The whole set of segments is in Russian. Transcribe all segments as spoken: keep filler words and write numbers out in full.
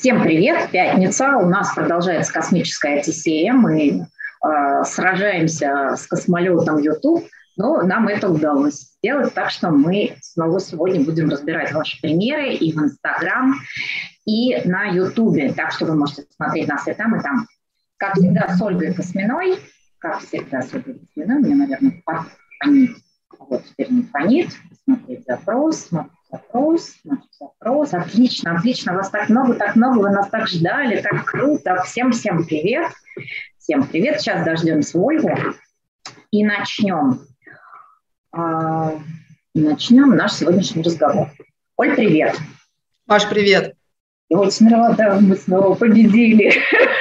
Всем привет, пятница, у нас продолжается космическая Одиссея, мы э, сражаемся с космолетом YouTube, но нам это удалось сделать, так что мы снова сегодня будем разбирать ваши примеры и в Instagram, и на YouTube, так что вы можете смотреть нас и там, и там. Как всегда, с Ольгой Косминой, как всегда, с Ольгой Косминой, мне, наверное, фонит. Вот теперь не фонит, смотреть запрос, смотреть запрос, смотреть запрос. Отлично, отлично, вас так много, так много, вы нас так ждали, так круто. Всем-всем привет, всем привет. Сейчас дождемся Ольгу и начнем. А, начнем наш сегодняшний разговор. Оль, привет. Маш, привет. Я очень рада, мы снова победили.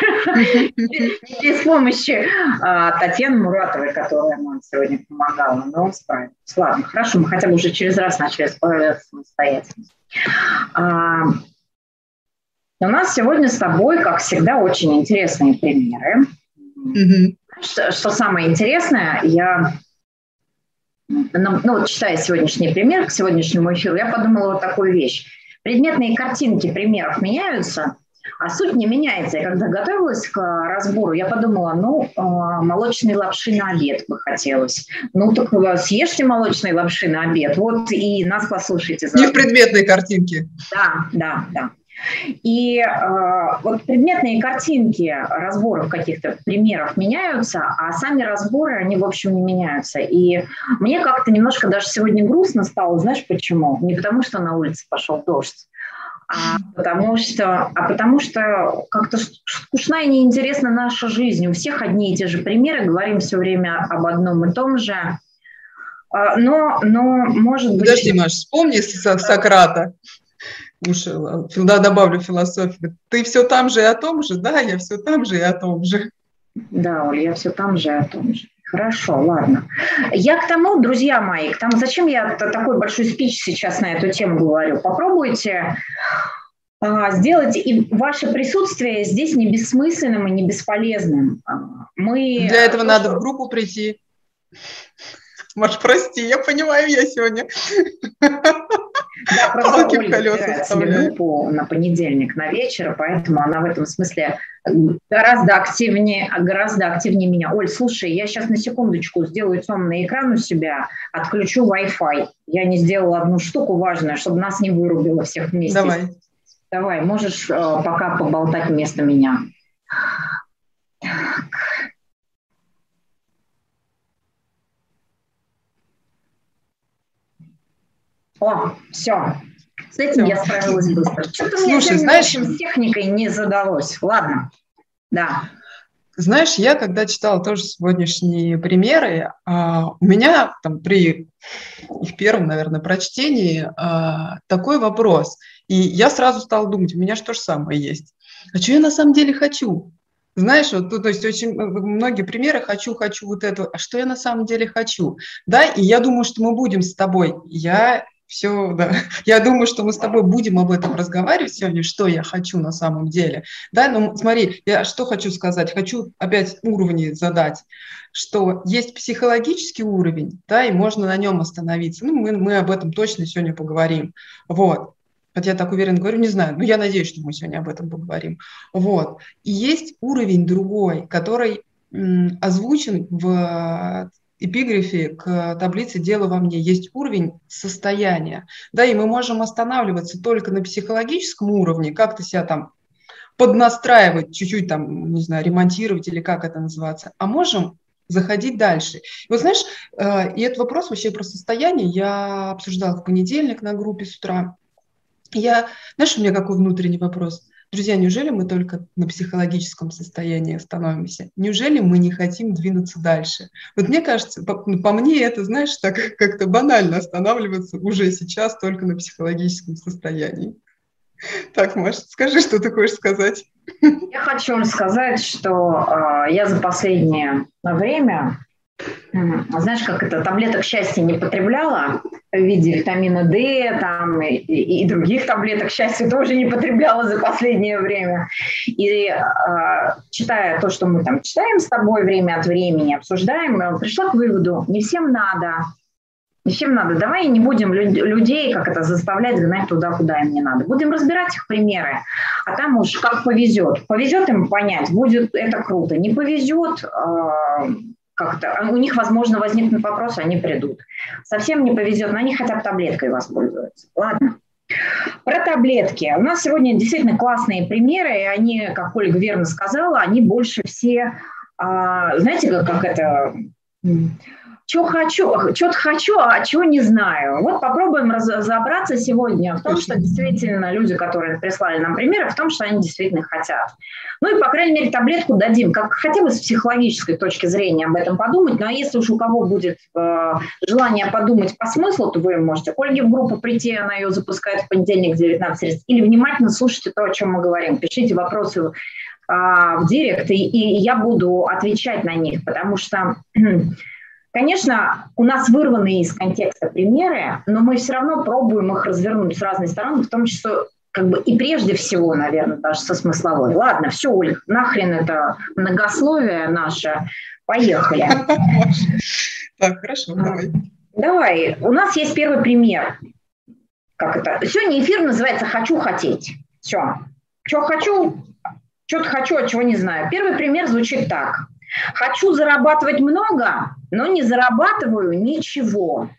Без помощи Татьяны Муратовой, которая нам сегодня помогала, но справилась. Ладно, хорошо, мы хотя бы уже через раз начали справляться самостоятельно. У нас сегодня с тобой, как всегда, очень интересные примеры. Что, что самое интересное, я, ну, вот читая сегодняшний пример к сегодняшнему эфиру, я подумала вот такую вещь. Предметные картинки примеров меняются, а суть не меняется. Я когда готовилась к разбору, я подумала, ну, молочной лапши на обед бы хотелось. Ну, так съешьте молочной лапши на обед, вот и нас послушайте. Не в предметной картинке. Да, да, да. И э, вот предметные картинки разборов каких-то примеров меняются, а сами разборы, они, в общем, не меняются. И мне как-то немножко даже сегодня грустно стало, знаешь почему? Не потому, что на улице пошел дождь, а потому что, а потому что как-то скучна и неинтересна наша жизнь. У всех одни и те же примеры, говорим все время об одном и том же. Но, но может быть... Подожди, Маш, вспомни Сократа. Уж да, добавлю философию. Ты все там же и о том же? Да, я все там же и о том же. Да, Оля, я все там же и о том же. Хорошо, ладно. Я к тому, друзья мои, к тому, зачем я такой большой спич сейчас на эту тему говорю? Попробуйте а, сделать и ваше присутствие здесь не бессмысленным и не бесполезным. Мы... Для этого надо в группу прийти. Маш, прости, я понимаю, я сегодня... Да, просто Ольга выбирает себе группу на понедельник, на вечер, поэтому она в этом смысле гораздо активнее, гораздо активнее меня. Оль, слушай, я сейчас на секундочку сделаю темный экран у себя, отключу Wi-Fi. Я не сделала одну штуку важную, чтобы нас не вырубило всех вместе. Давай. Давай, можешь пока поболтать вместо меня. Так. О, все. С этим все. Я справилась быстро. Что-то у меня знаешь, с техникой не задалось. Ладно, да. Знаешь, я когда читала тоже сегодняшние примеры, а, у меня там при их первом, наверное, прочтении а, такой вопрос. И я сразу стала думать, у меня же то же самое есть. А что я на самом деле хочу? Знаешь, вот, то есть очень многие примеры «хочу, хочу вот это», а что я на самом деле хочу? Да, и я думаю, что мы будем с тобой, я все, да, я думаю, что мы с тобой будем об этом разговаривать сегодня, что я хочу на самом деле. Да, но смотри, я что хочу сказать, хочу опять уровни задать, что есть психологический уровень, да, и можно на нем остановиться. Ну, мы, мы об этом точно сегодня поговорим, вот. Хотя я так уверенно говорю, не знаю, но я надеюсь, что мы сегодня об этом поговорим. Вот. И есть уровень другой, который м, озвучен в эпиграфе к таблице «Дело во мне». Есть уровень состояния. Да, и мы можем останавливаться только на психологическом уровне, как-то себя там поднастраивать, чуть-чуть там, не знаю, ремонтировать или как это называется, а можем заходить дальше. И вот знаешь, э, и этот вопрос вообще про состояние я обсуждала в понедельник на группе с утра. Я, знаешь, у меня какой внутренний вопрос? Друзья, неужели мы только на психологическом состоянии становимся? Неужели мы не хотим двинуться дальше? Вот мне кажется, по, по мне это, знаешь, так как-то банально останавливаться уже сейчас только на психологическом состоянии. Так, Маша, скажи, что ты хочешь сказать? Я хочу рассказать, что э, я за последнее время... Знаешь, как это, таблеток счастья не потребляла в виде витамина D там, и, и других таблеток счастья тоже не потребляла за последнее время. И э, читая то, что мы там читаем с тобой время от времени, обсуждаем, пришла к выводу, не всем надо. Зачем надо? Давай не будем людей, как это, заставлять гнать туда, куда им не надо. Будем разбирать их примеры, а там уж как повезет. Повезет им понять, будет это круто. Не повезет, как-то, у них, возможно, возникнут вопросы, они придут. Совсем не повезет, но они хотя бы таблеткой воспользуются. Ладно. Про таблетки. У нас сегодня действительно классные примеры, и они, как Ольга верно сказала, они больше все, знаете, как это... Что хочу, что-то хочу, а чего не знаю. Вот попробуем разобраться сегодня в том, что действительно люди, которые прислали нам примеры, в том, что они действительно хотят. Ну и, по крайней мере, таблетку дадим, как хотя бы с психологической точки зрения об этом подумать. Ну а если уж у кого будет э, желание подумать по смыслу, то вы можете к Ольге в группу прийти, она ее запускает в понедельник в девятнадцать тридцать, или внимательно слушайте то, о чем мы говорим. Пишите вопросы э, в директ, и, и я буду отвечать на них, потому что... Конечно, у нас вырваны из контекста примеры, но мы все равно пробуем их развернуть с разной стороны, в том числе как бы и прежде всего, наверное, даже со смысловой. Ладно, все, Оль, нахрен это многословие наше. Поехали. Так, хорошо, давай. Давай. У нас есть первый пример. Как это? Сегодня эфир называется «Хочу хотеть». Все. Что хочу, что-то хочу, а чего не знаю. Первый пример звучит так. Хочу зарабатывать много, но не зарабатываю ничего.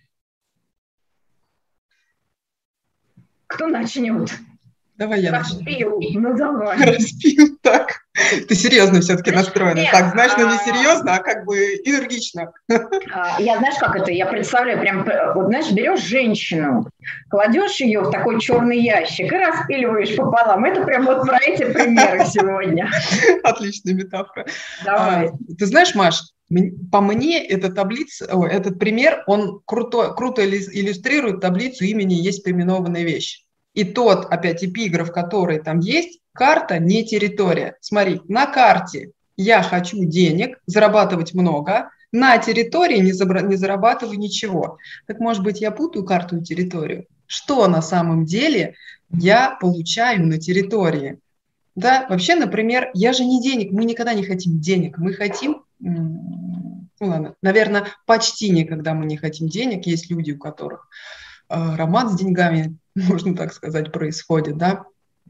Кто начнет? Давай я Распил. начну. Ну давай. Распил, так. Ты серьезно все-таки настроена. Нет, так, знаешь, ну не а... серьезно, а как бы энергично. Я, знаешь, как это? Я представляю, прям, вот знаешь, берешь женщину, кладешь ее в такой черный ящик и распиливаешь пополам. Это прям вот про эти примеры сегодня. Отличная метафора. Давай. А, ты знаешь, Маш, по мне эта таблица, о, этот пример, он круто, круто иллюстрирует таблицу имени «Есть переименованная вещь». И тот, опять, эпиграф, который там есть, карта не территория. Смотри, на карте я хочу денег, зарабатывать много, на территории не, забра- не зарабатываю ничего. Так, может быть, я путаю карту и территорию? Что на самом деле я получаю на территории? Да, вообще, например, я же не денег, мы никогда не хотим денег, мы хотим, ну ладно, наверное, почти никогда мы не хотим денег, есть люди, у которых э, роман с деньгами, можно так сказать, происходит, да.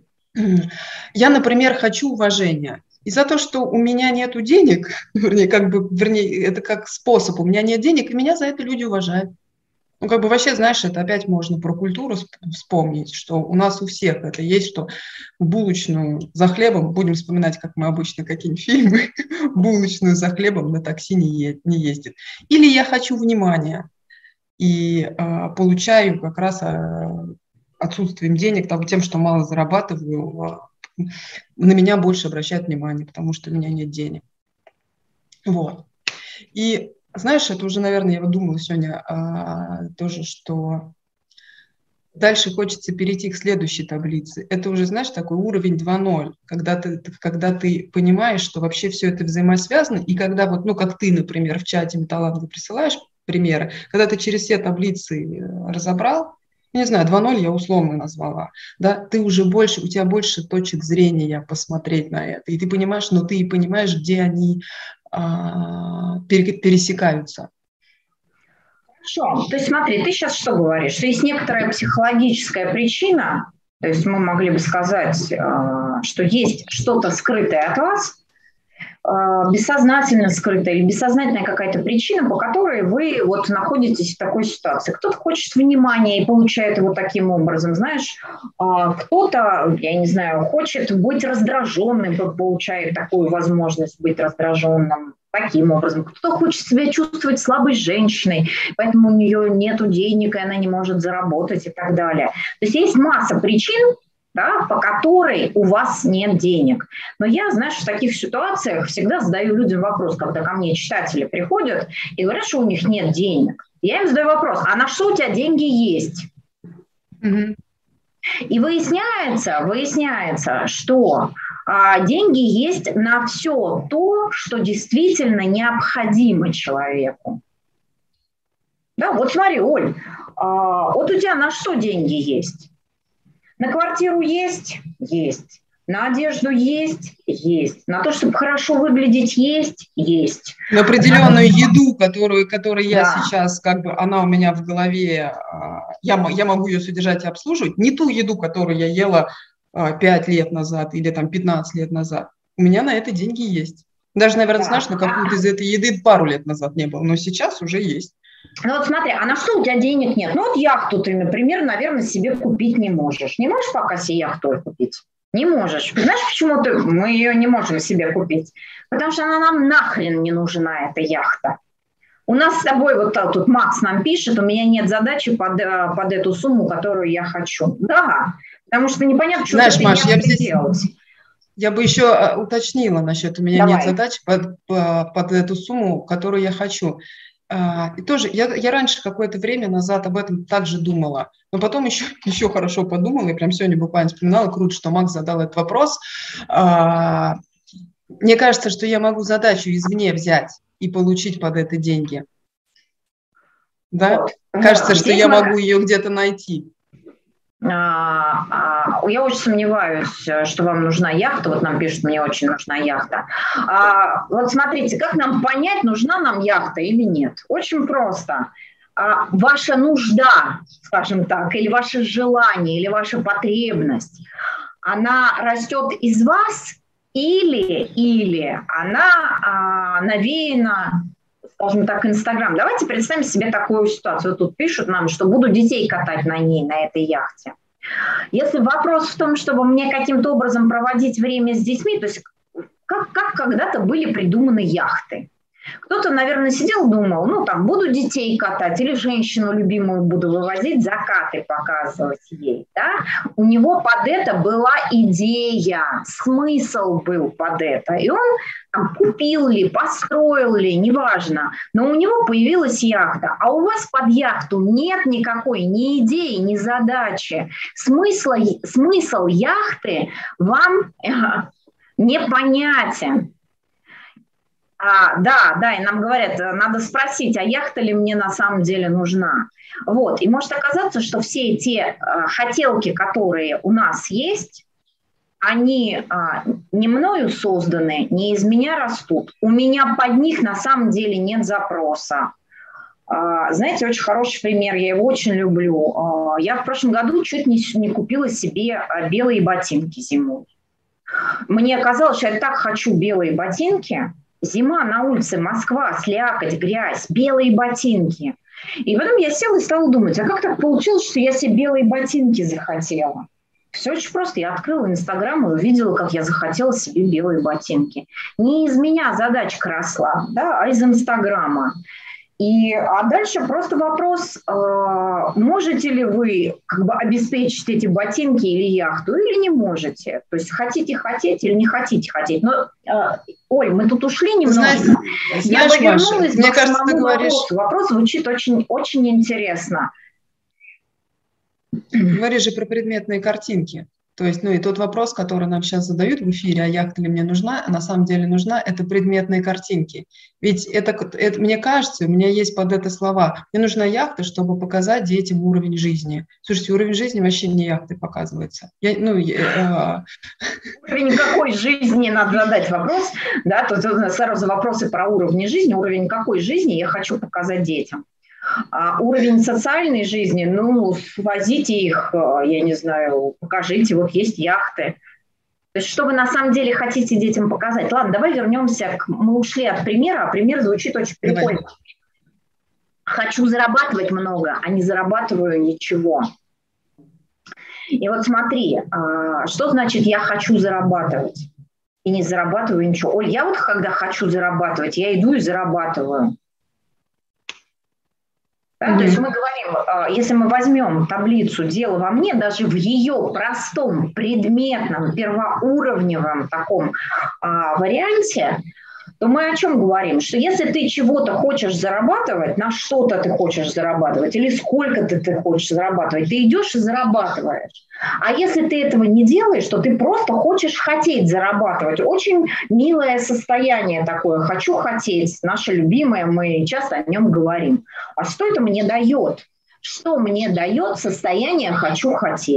Я, например, хочу уважения. И за то, что у меня нету денег, вернее, как бы, вернее, это как способ, у меня нет денег, и меня за это люди уважают. Ну, как бы вообще, знаешь, это опять можно про культуру вспомнить, что у нас у всех это есть, что в булочную за хлебом, будем вспоминать, как мы обычно какие-нибудь фильмы, булочную за хлебом на такси не, е- не ездит. Или я хочу внимания и э, получаю как раз э, отсутствием денег, там, тем, что мало зарабатываю, э, на меня больше обращают внимание, потому что у меня нет денег. Вот. И знаешь, это уже, наверное, я вот думала сегодня а, тоже, что дальше хочется перейти к следующей таблице. Это уже, знаешь, такой уровень два ноль, когда ты, когда ты понимаешь, что вообще все это взаимосвязано, и когда вот, ну, как ты, например, в чате Металланга присылаешь примеры, когда ты через все таблицы разобрал, не знаю, два ноль я условно назвала, да, ты уже больше, у тебя больше точек зрения посмотреть на это, и ты понимаешь, но ты и понимаешь, где они пересекаются. Хорошо. То есть смотри, ты сейчас что говоришь? Что есть некоторая психологическая причина, то есть мы могли бы сказать, что есть что-то скрытое от вас, бессознательно скрытая или бессознательная какая-то причина, по которой вы вот находитесь в такой ситуации. Кто-то хочет внимания и получает его таким образом, знаешь, кто-то, я не знаю, хочет быть раздраженным, получает такую возможность быть раздраженным таким образом. Кто-то хочет себя чувствовать слабой женщиной, поэтому у нее нет денег, и она не может заработать и так далее. То есть есть масса причин, да, по которой у вас нет денег. Но я, знаешь, в таких ситуациях всегда задаю людям вопрос, когда ко мне читатели приходят и говорят, что у них нет денег. Я им задаю вопрос, а на что у тебя деньги есть? Mm-hmm. И выясняется, выясняется, что а, деньги есть на все то, что действительно необходимо человеку. Да, вот смотри, Оль, а, вот у тебя на что деньги есть? На квартиру есть? Есть. На одежду есть? Есть. На то, чтобы хорошо выглядеть, есть? Есть. На определенную еду, которую, которую я Да. сейчас, как бы, она у меня в голове, я, я могу ее содержать и обслуживать, не ту еду, которую я ела пять лет назад или там пятнадцать лет назад. У меня на это деньги есть. Даже, наверное, Да. знаешь, на какую-то из этой еды пару лет назад не было, но сейчас уже есть. Ну вот смотри, а на что у тебя денег нет? Ну вот яхту ты, например, наверное, себе купить не можешь. Не можешь пока себе яхту купить? Не можешь. Знаешь, почему ты, мы ее не можем себе купить? Потому что она нам нахрен не нужна, эта яхта. У нас с тобой, вот тут Макс нам пишет, у меня нет задачи под, под эту сумму, которую я хочу. Да, потому что непонятно, что Знаешь, ты Маш, я бы здесь... делать. Я бы еще уточнила насчет, у меня Давай. нет задач под, под эту сумму, которую я хочу. И тоже, я, я раньше какое-то время назад об этом также думала, но потом еще, еще хорошо подумала, и прям сегодня буквально вспоминала, круто, что Макс задал этот вопрос. Мне кажется, что я могу задачу извне взять и получить под это деньги. Да? Вот. Кажется, вот. Что Здесь я мы... могу ее где-то найти. Я очень сомневаюсь, что вам нужна яхта. Вот нам пишут, мне очень нужна яхта. Вот смотрите, как нам понять, нужна нам яхта или нет? Очень просто. Ваша нужда, скажем так, или ваше желание, или ваша потребность, она растет из вас или, или она навеяна, скажем так, Инстаграм. Давайте представим себе такую ситуацию. Тут пишут нам, что буду детей катать на ней, на этой яхте. Если вопрос в том, чтобы мне каким-то образом проводить время с детьми, то есть как, как когда-то были придуманы яхты. Кто-то, наверное, сидел, думал, ну, там, буду детей катать или женщину любимую буду вывозить, закаты показывать ей, да. У него под это была идея, смысл был под это. И он там, купил ли, построил ли, неважно, но у него появилась яхта, а у вас под яхту нет никакой ни идеи, ни задачи. Смысл, смысл яхты вам э, непонятен. А, да, да, и нам говорят, надо спросить, а яхта ли мне на самом деле нужна? Вот, и может оказаться, что все те а, хотелки, которые у нас есть, они а, не мною созданы, не из меня растут. У меня под них на самом деле нет запроса. А, знаете, очень хороший пример, я его очень люблю. А, я в прошлом году чуть не, не купила себе белые ботинки зимой. Мне казалось, что я так хочу белые ботинки. Зима на улице, Москва, слякоть, грязь, белые ботинки. И потом я села и стала думать, а как так получилось, что я себе белые ботинки захотела? Все очень просто. Я открыла Инстаграм и увидела, как я захотела себе белые ботинки. Не из меня задачка росла, да, а из Инстаграма. И, а дальше просто вопрос, э, можете ли вы как бы обеспечить эти ботинки или яхту, или не можете. То есть хотите хотеть или не хотите хотеть. Но, э, Оль, мы тут ушли немного. Знаешь, Я знаешь, бы вернулась Маша, мне кажется, ты говоришь... вопросу. Вопрос звучит очень, очень интересно. Говоришь же про предметные картинки. То есть, ну и тот вопрос, который нам сейчас задают в эфире, а яхта ли мне нужна, а на самом деле нужна, это предметные картинки. Ведь это, это, мне кажется, у меня есть под это слова, мне нужна яхта, чтобы показать детям уровень жизни. Слушайте, уровень жизни вообще не яхты показывается. Я, ну, я, э... Уровень какой жизни, надо задать вопрос, да, тут сразу вопросы про уровень жизни, уровень какой жизни я хочу показать детям. А уровень социальной жизни, ну, свозите их, я не знаю, покажите, вот есть яхты. То есть что вы на самом деле хотите детям показать? Ладно, давай вернемся, к... мы ушли от примера, а пример звучит очень прикольно. Давай. Хочу зарабатывать много, а не зарабатываю ничего. И вот смотри, что значит я хочу зарабатывать и не зарабатываю ничего? Оль, я вот когда хочу зарабатывать, я иду и зарабатываю. Да, mm-hmm. То есть мы говорим, если мы возьмем таблицу «Дело во мне», даже в ее простом, предметном, первоуровневом таком а, варианте, то мы о чем говорим? Что если ты чего-то хочешь зарабатывать, на что-то ты хочешь зарабатывать, или сколько-то ты хочешь зарабатывать, ты идешь и зарабатываешь. А если ты этого не делаешь, то ты просто хочешь хотеть зарабатывать. Очень милое состояние такое. Хочу хотеть. Наше любимое, мы часто о нем говорим. А что это мне дает? Что мне дает состояние «хочу хотеть»?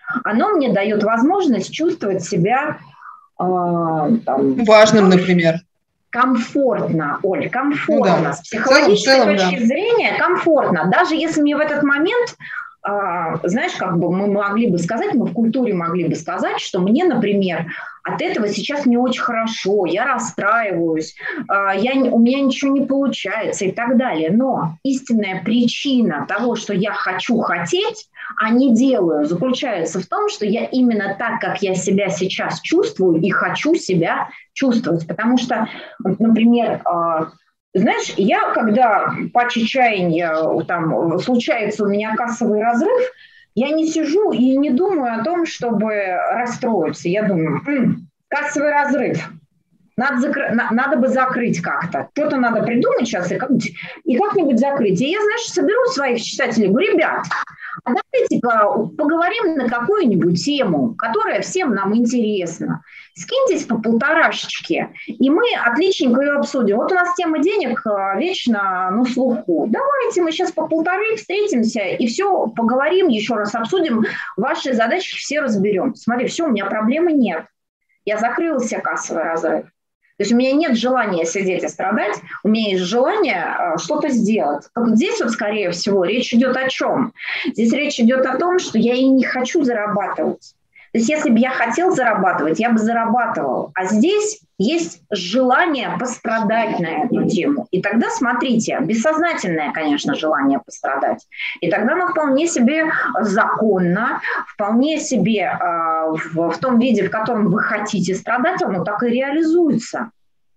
оно мне дает возможность чувствовать себя э, там, важным, например. Комфортно, Оль, комфортно. Ну, да. С психологической целом, целом, точки да. зрения комфортно. Даже если мне в этот момент, э, знаешь, как бы мы могли бы сказать, мы в культуре могли бы сказать, что мне, например, от этого сейчас не очень хорошо, я расстраиваюсь, э, я, у меня ничего не получается и так далее. Но истинная причина того, что я хочу хотеть, а не делаю, заключается в том, что я именно так, как я себя сейчас чувствую и хочу себя чувствовать. Потому что, например, знаешь, я, когда по чаяния там случается у меня кассовый разрыв, я не сижу и не думаю о том, чтобы расстроиться. Я думаю, м-м, кассовый разрыв. Надо, закры... надо бы закрыть как-то. Что-то надо придумать сейчас и, как... и как-нибудь закрыть. И я, знаешь, соберу своих читателей, говорю, ребят, а давайте-ка поговорим на какую-нибудь тему, которая всем нам интересна. Скиньтесь по полторашечке, и мы отличненько ее обсудим. Вот у нас тема денег вечно на слуху. Давайте мы сейчас по полторы встретимся и все поговорим, еще раз обсудим, ваши задачи все разберем. Смотри, все, у меня проблемы нет. Я закрыла себе кассовый разрыв. То есть у меня нет желания сидеть и страдать, у меня есть желание э, что-то сделать. Как здесь вот, скорее всего, речь идет о чем? Здесь речь идет о том, что я и не хочу зарабатывать. То есть если бы я хотел зарабатывать, я бы зарабатывал. А здесь есть желание пострадать на эту тему. И тогда, смотрите, бессознательное, конечно, желание пострадать. И тогда оно вполне себе законно, вполне себе э, в, в том виде, в котором вы хотите страдать, оно так и реализуется.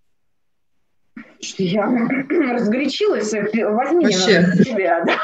Я разгорячилась, возьми Вообще. себя, да.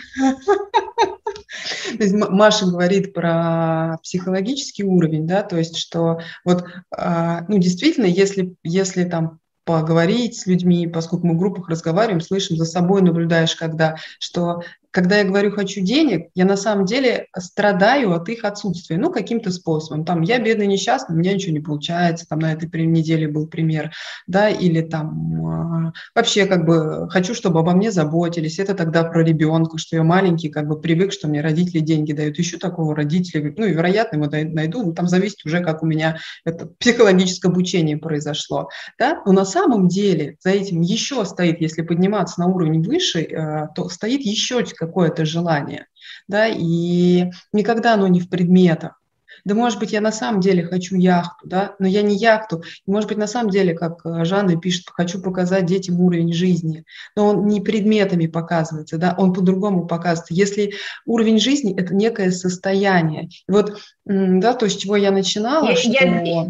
То есть Маша говорит про психологический уровень, да, то есть что вот, ну, действительно, если, если там поговорить с людьми, поскольку мы в группах разговариваем, слышим, за собой наблюдаешь, когда, что когда я говорю «хочу денег», я на самом деле страдаю от их отсутствия, ну, каким-то способом. Там, я бедный, несчастный, у меня ничего не получается, там на этой неделе был пример, да, или там вообще как бы хочу, чтобы обо мне заботились, это тогда про ребенка, что я маленький, как бы привык, что мне родители деньги дают, ищу такого родителя, ну, и, вероятно, его найду, ну, там зависит уже, как у меня это психологическое обучение произошло, да, но на самом деле за этим еще стоит, если подниматься на уровень выше, то стоит еще какое-то желание, да, и никогда оно не в предметах. Да, может быть, я на самом деле хочу яхту, да, но я не яхту. И, может быть, на самом деле, как Жанна пишет, хочу показать детям уровень жизни, но он не предметами показывается, да, он по-другому показывается. Если уровень жизни – это некое состояние. И вот, да, то, с чего я начинала, я, что… Я...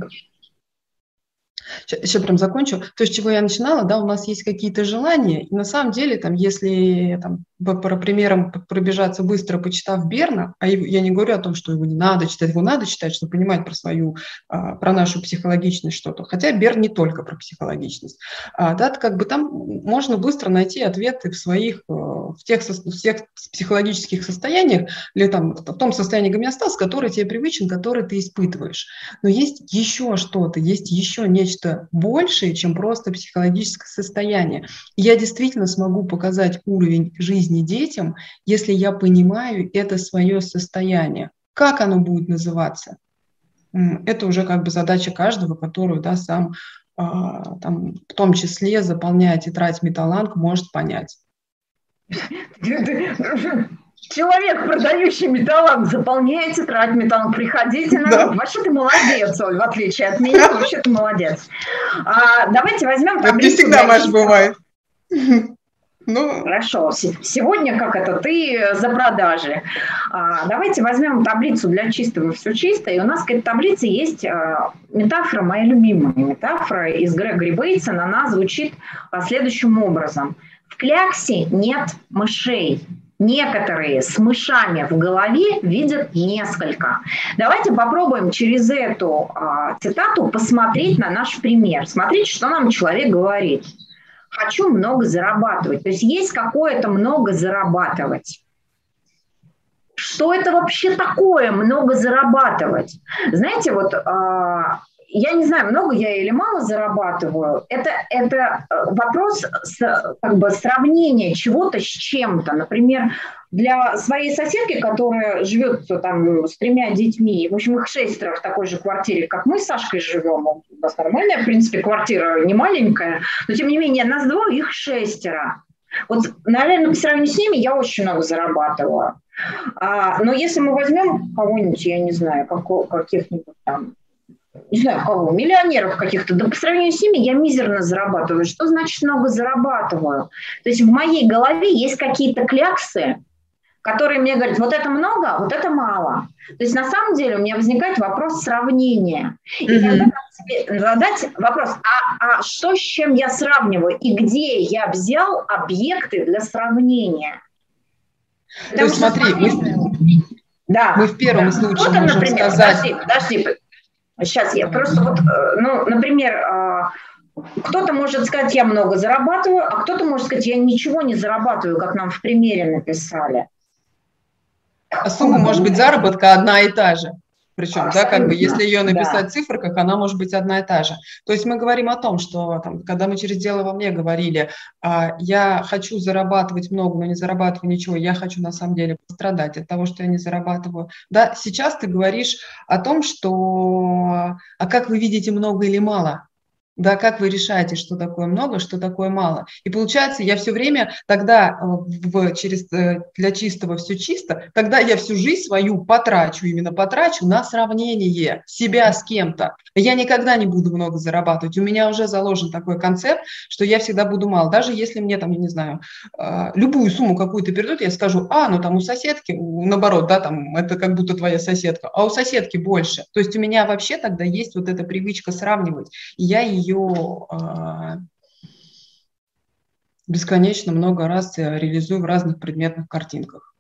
Еще прям закончу. То, с чего я начинала, да, у нас есть какие-то желания, и на самом деле, там, если там, по примерам пробежаться быстро, почитав Берна, а я не говорю о том, что его не надо читать, его надо читать, чтобы понимать про свою, про нашу психологичность что-то, хотя Берн не только про психологичность, а, да, как бы там можно быстро найти ответы в своих, в тех, в тех психологических состояниях, или там в том состоянии гомеостаза, который тебе привычен, который ты испытываешь. Но есть еще что-то, есть еще нечто большее, чем просто психологическое состояние. И я действительно смогу показать уровень жизни детям, если я понимаю это свое состояние. Как оно будет называться? Это уже как бы задача каждого, которую, да, сам там, в том числе, заполняя тетрадь Металланг, может понять. Человек, продающий Металланг, заполняет тетрадь Металланг, приходите на да. Вообще ты молодец, Оль, в отличие от меня, вообще ты молодец. А, давайте возьмем таблицу. Это не всегда, Маш, бывает. Ну. Хорошо, сегодня как это, ты за продажи. А, давайте возьмем таблицу для чистого «Все чисто», и у нас к этой таблице есть а, метафора, моя любимая метафора из Грегори Бейтсона, она звучит а, следующим образом. В кляксе нет мышей. Некоторые с мышами в голове видят несколько. Давайте попробуем через эту а, цитату посмотреть на наш пример. Смотрите, что нам человек говорит. Хочу много зарабатывать. То есть есть какое-то много зарабатывать. Что это вообще такое много зарабатывать? Знаете, вот а, я не знаю, много я или мало зарабатываю. Это, это вопрос с, как бы сравнения чего-то с чем-то. Например, для своей соседки, которая живет там с тремя детьми, в общем, их шестеро в такой же квартире, как мы с Сашкой живем. У нас нормальная, в принципе, квартира, не маленькая, но тем не менее нас двое, их шестеро. Вот, наверное, по сравнению с ними я очень много зарабатываю. А, но если мы возьмем кого-нибудь, я не знаю, какого, каких-нибудь там, не знаю, кого, миллионеров каких-то, да по сравнению с ними я мизерно зарабатываю. Что значит много зарабатываю? То есть в моей голове есть какие-то кляксы, которые мне говорят, вот это много, вот это мало. То есть на самом деле у меня возникает вопрос сравнения. И mm-hmm. тогда надо себе задать вопрос, а, а что с чем я сравниваю? И где я взял объекты для сравнения? То есть смотри, мы, да, мы в первом да. случае Вот, можем например, сказать... Подожди, подожди. Сейчас я просто вот, ну, например, кто-то может сказать, я много зарабатываю, а кто-то может сказать, я ничего не зарабатываю, как нам в примере написали. А сумма может быть заработка одна и та же. Причем, абсолютно, да, как бы, если ее написать да. в цифрах, она может быть одна и та же. То есть мы говорим о том, что, там, когда мы через «Дело во мне» говорили, а, я хочу зарабатывать много, но не зарабатываю ничего, я хочу на самом деле пострадать от того, что я не зарабатываю. Да, сейчас ты говоришь о том, что, а как вы видите, много или мало? Да, как вы решаете, что такое много, что такое мало. И получается, я все время тогда в, через, для чистого все чисто, тогда я всю жизнь свою потрачу, именно потрачу на сравнение себя с кем-то. Я никогда не буду много зарабатывать. У меня уже заложен такой концепт, что я всегда буду мало. Даже если мне там, я не знаю, любую сумму какую-то передают, я скажу, а, ну там у соседки, наоборот, да, там это как будто твоя соседка, а у соседки больше. То есть у меня вообще тогда есть вот эта привычка сравнивать. И я ее бесконечно много раз реализую в разных предметных картинках.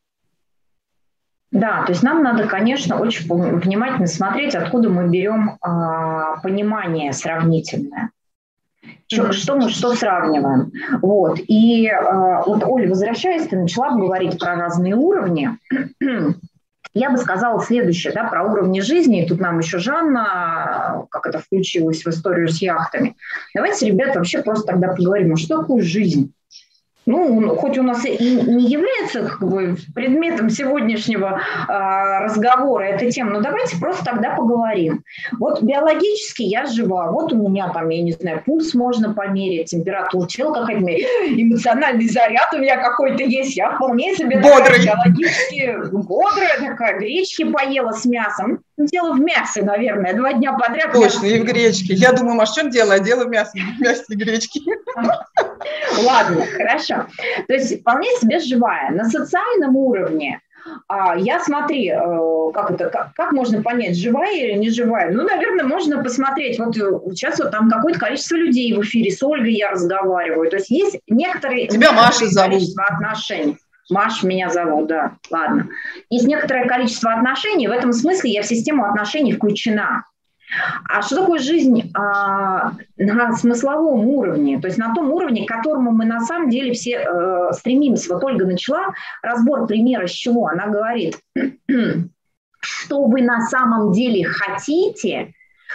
Да, то есть нам надо, конечно, очень внимательно смотреть, откуда мы берем а, понимание сравнительное. Что, mm-hmm. что мы что сравниваем. Вот. И а, вот, Оля, возвращаясь, ты начала говорить про разные уровни. Я бы сказала следующее, да, про уровни жизни. И тут нам еще Жанна, как это включилось в историю с яхтами. Давайте, ребята, вообще просто тогда поговорим, а что такое жизнь? Ну, хоть у нас и не является как бы предметом сегодняшнего э, разговора эта тема, но давайте просто тогда поговорим. Вот биологически я жива, вот у меня там, я не знаю, пульс можно померить, температуру тела какая-то, эмоциональный заряд у меня какой-то есть, я вполне себе такая биологически бодрая такая, гречки поела с мясом. Дело в мясе, наверное, два дня подряд. Точно, мясо. И в гречке. Я думаю, а что дело? Дело в мясе, в мясе и гречке. Ладно, хорошо. То есть вполне себе живая. На социальном уровне я, смотри, как это, как, как можно понять, живая или не живая? Ну, наверное, можно посмотреть. Вот сейчас вот там какое-то количество людей в эфире, с Ольгой я разговариваю. То есть есть некоторые... Тебя Маша зовут. Отношений. Маша меня зовут, да, ладно. Есть некоторое количество отношений, в этом смысле я в систему отношений включена. А что такое жизнь а, на смысловом уровне, то есть на том уровне, к которому мы на самом деле все э, стремимся. Вот Ольга начала разбор примера с чего? Она говорит, что вы на самом деле хотите.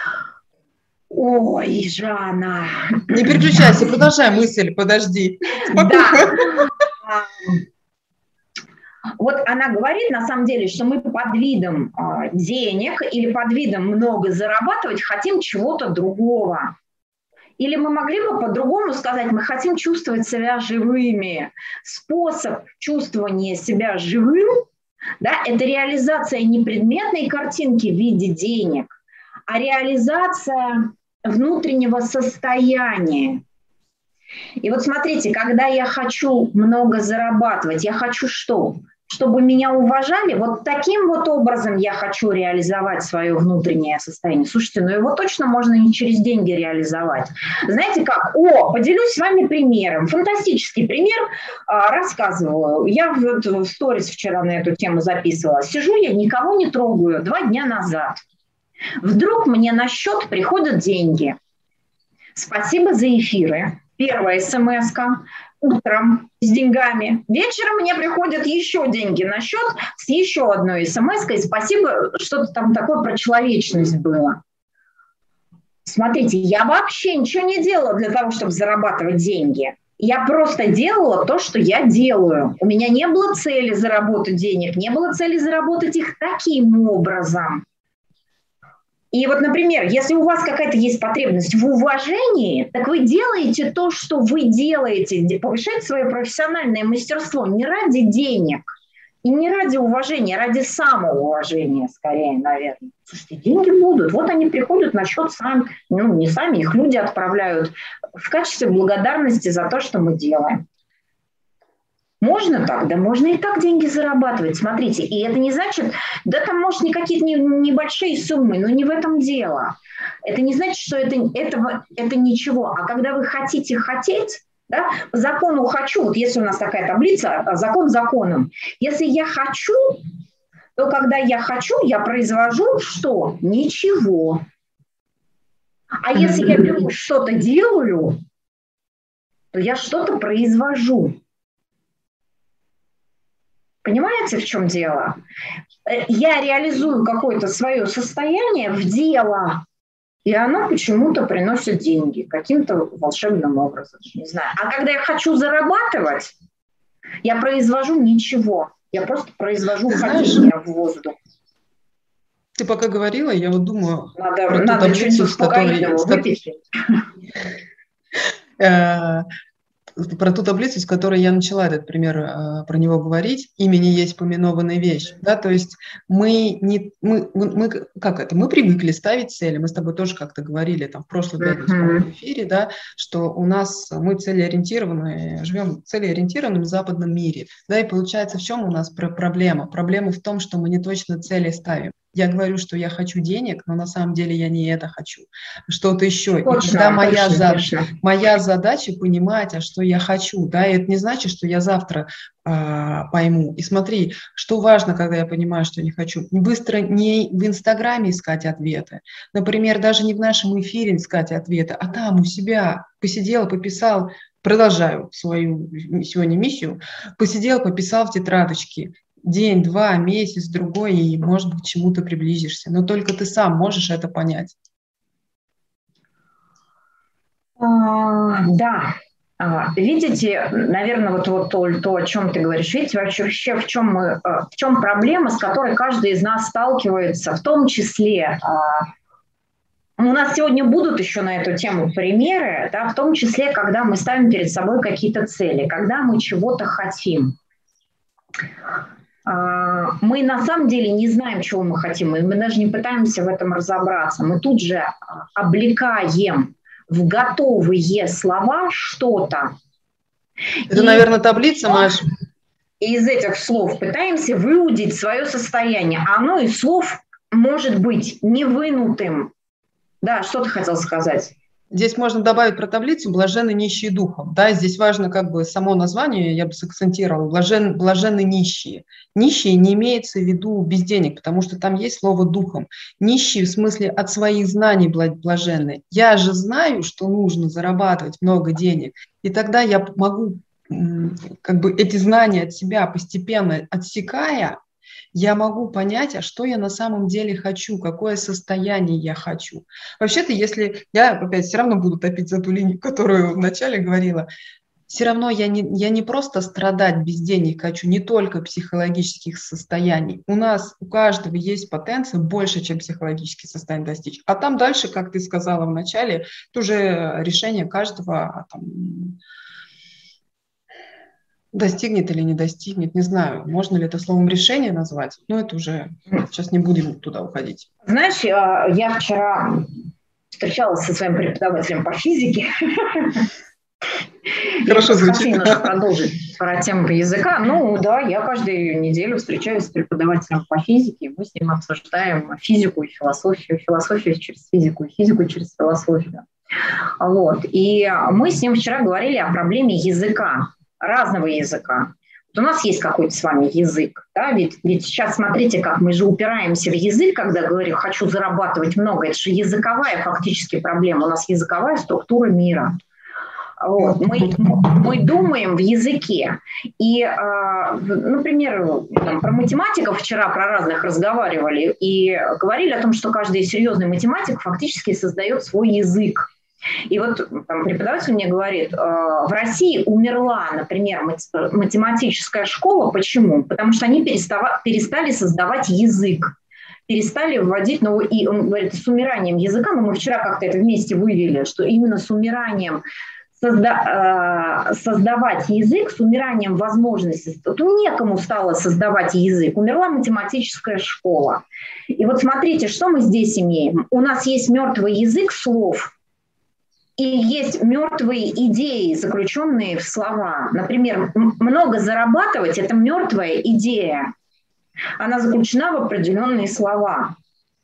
Ой, Жанна. Не переключайся, продолжай мысль, подожди. Да. Вот она говорит, на самом деле, что мы под видом э, денег или под видом много зарабатывать хотим чего-то другого. Или мы могли бы по-другому сказать, мы хотим чувствовать себя живыми. Способ чувствования себя живым, да, это реализация не предметной картинки в виде денег, а реализация внутреннего состояния. И вот смотрите, когда я хочу много зарабатывать, я хочу что? Чтобы меня уважали, вот таким вот образом я хочу реализовать свое внутреннее состояние. Слушайте, ну его точно можно не через деньги реализовать. Знаете как? О, поделюсь с вами примером. Фантастический пример, рассказываю. Я в, в сторис вчера на эту тему записывала. Сижу я, никого не трогаю, два дня назад. Вдруг мне на счет приходят деньги. Спасибо за эфиры. Первая смс-ка. Утром с деньгами. Вечером мне приходят еще деньги на счет с еще одной смс-кой. Спасибо, что-то там такое про человечность было. Смотрите, я вообще ничего не делала для того, чтобы зарабатывать деньги. Я просто делала то, что я делаю. У меня не было цели заработать денег, не было цели заработать их таким образом. И вот, например, если у вас какая-то есть потребность в уважении, так вы делаете то, что вы делаете, повышаете свое профессиональное мастерство не ради денег и не ради уважения, а ради самоуважения, скорее, наверное. Слушайте, деньги будут. Вот они приходят на счет сами, ну, не сами, их люди отправляют в качестве благодарности за то, что мы делаем. Можно так? Да можно и так деньги зарабатывать, смотрите. И это не значит, да там, может, не какие-то не, небольшие суммы, но не в этом дело. Это не значит, что это, этого, это ничего. А когда вы хотите хотеть, да, по закону «хочу», вот если у нас такая таблица, закон законом, если я хочу, то когда я хочу, я произвожу что? Ничего. А если я беру что-то делаю, то я что-то произвожу. Понимаете, в чем дело? Я реализую какое-то свое состояние в дело, и оно почему-то приносит деньги каким-то волшебным образом. Не знаю. А когда я хочу зарабатывать, я произвожу ничего. Я просто произвожу ходение в воздух. Ты пока говорила, я вот думаю... Надо, про надо ту таблицу, с которой... выпить. Про ту таблицу, с которой я начала этот пример, э, про него говорить, имени есть поминованная вещь, да, то есть мы не, мы, мы, как это, мы привыкли ставить цели, мы с тобой тоже как-то говорили там в прошлом uh-huh. эфире, да, что у нас, мы целеориентированные, живем в целеориентированном западном мире, да, и получается, в чем у нас проблема? Проблема в том, что мы не точно цели ставим. Я говорю, что я хочу денег, но на самом деле я не это хочу, что-то еще. Точно, и тогда моя, точно, за... точно. моя задача понимать, а что я хочу, да, и это не значит, что я завтра э, пойму. И смотри, что важно, когда я понимаю, что не хочу. Быстро не в Инстаграме искать ответы, например, даже не в нашем эфире искать ответы, а там у себя посидел, пописал, продолжаю свою сегодня миссию, посидел, пописал в тетрадочке. День, два, месяц, другой, и, может быть, к чему-то приблизишься. Но только ты сам можешь это понять. А, да. А, видите, наверное, вот, вот то, то, о чем ты говоришь, видите, вообще, вообще в, чем мы, в чем проблема, с которой каждый из нас сталкивается, в том числе... А, у нас сегодня будут еще на эту тему примеры, да, в том числе, когда мы ставим перед собой какие-то цели, когда мы чего-то хотим. Мы на самом деле не знаем, чего мы хотим, и мы даже не пытаемся в этом разобраться. Мы тут же облекаем в готовые слова что-то. Это, и, наверное, таблица, Маш. И из этих слов пытаемся выудить свое состояние. Оно из слов может быть не вынутым. Да, что ты хотел сказать? Здесь можно добавить про таблицу «блаженны нищие духом». Да, здесь важно как бы само название, я бы сакцентировала, блажен, «блаженны нищие». Нищие не имеется в виду без денег, потому что там есть слово «духом». Нищие в смысле от своих знаний блаженны. Я же знаю, что нужно зарабатывать много денег, и тогда я могу как бы эти знания от себя постепенно отсекая, я могу понять, а что я на самом деле хочу, какое состояние я хочу. Вообще-то, если я опять все равно буду топить за ту линию, которую вначале говорила, все равно я не, я не просто страдать без денег хочу, не только психологических состояний. У нас, у каждого есть потенция больше, чем психологические состояния достичь. А там дальше, как ты сказала вначале, это уже решение каждого там, достигнет или не достигнет, не знаю, можно ли это словом решение назвать, но это уже, сейчас не будем туда уходить. Знаешь, я вчера встречалась со своим преподавателем по физике. Хорошо звучит. Хочу немножко продолжить про тему языка. Ну да, я каждую неделю встречаюсь с преподавателем по физике, мы с ним обсуждаем физику и философию, философию через физику, физику через философию. Вот. И мы с ним вчера говорили о проблеме языка. Разного языка. Вот у нас есть какой-то с вами язык, да, ведь, ведь сейчас смотрите, как мы же упираемся в язык, когда говорю, хочу зарабатывать много, это же языковая фактически проблема, у нас языковая структура мира. Вот. Мы, мы думаем в языке. И, например, там, про математиков вчера про разных разговаривали и говорили о том, что каждый серьезный математик фактически создает свой язык. И вот там, преподаватель мне говорит, в России умерла, например, математическая школа. Почему? Потому что они перестали создавать язык. Перестали вводить, но и он говорит, с умиранием языка, но мы вчера как-то это вместе вывели, что именно с умиранием созда, э, создавать язык, с умиранием возможности, тут некому стало создавать язык, умерла математическая школа. И вот смотрите, что мы здесь имеем. У нас есть мертвый язык слов, и есть мертвые идеи, заключенные в слова. Например, много зарабатывать – это мертвая идея. Она заключена в определенные слова.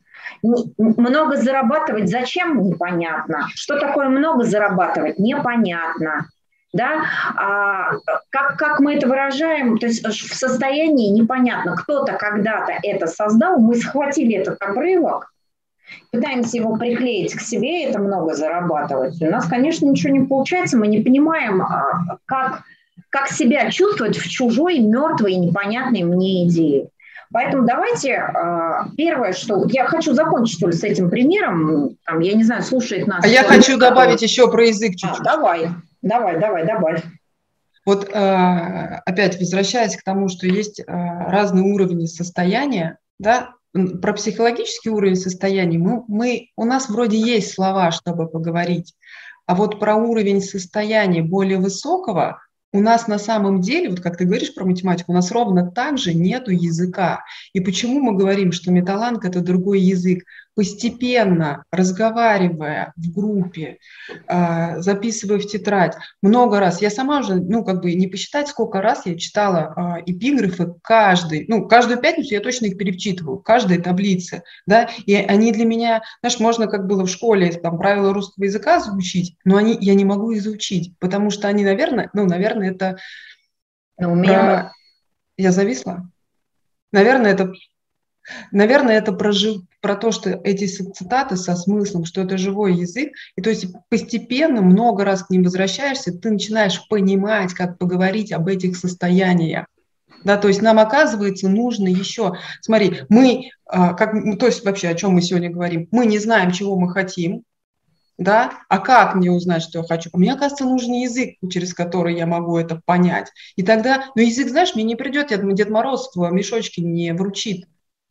Много зарабатывать зачем? Непонятно. Что такое много зарабатывать? Непонятно. Да? А как, как мы это выражаем? То есть в состоянии непонятно. Кто-то когда-то это создал, мы схватили этот обрывок, пытаемся его приклеить к себе, это много зарабатывать. У нас, конечно, ничего не получается, мы не понимаем, как, как себя чувствовать в чужой, мертвой, непонятной мне идее. Поэтому давайте, первое, что... Я хочу закончить с этим примером. Там, я не знаю, слушает нас... А я хочу добавить еще про язык чуть-чуть. А, давай, давай, давай, добавь. Вот опять возвращаясь к тому, что есть разные уровни состояния, да, про психологический уровень состояния мы, мы, у нас вроде есть слова, чтобы поговорить, а вот про уровень состояния более высокого у нас на самом деле, вот как ты говоришь про математику, у нас ровно так же нету языка. И почему мы говорим, что металланг – это другой язык? Постепенно, разговаривая в группе, записывая в тетрадь, много раз, я сама уже, ну, как бы не посчитать, сколько раз я читала эпиграфы каждый, ну, каждую пятницу я точно их перечитываю, каждой таблице, да, и они для меня, знаешь, можно, как было в школе, там, правила русского языка заучить, но они, я не могу их заучить, потому что они, наверное, ну, наверное, это... Но у меня... Про... Я зависла? Наверное, это... Наверное, это про, жив... про то, что эти цитаты со смыслом, что это живой язык, и то есть постепенно, много раз к ним возвращаешься, ты начинаешь понимать, как поговорить об этих состояниях. Да, то есть нам, оказывается, нужно еще... Смотри, мы, как, то есть вообще о чем мы сегодня говорим, мы не знаем, чего мы хотим, да, а как мне узнать, что я хочу? Мне, оказывается, нужен язык, через который я могу это понять. И тогда, ну язык, знаешь, мне не придет, Дед Мороз в мешочке не вручит.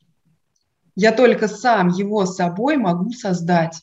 Я только сам его собой могу создать.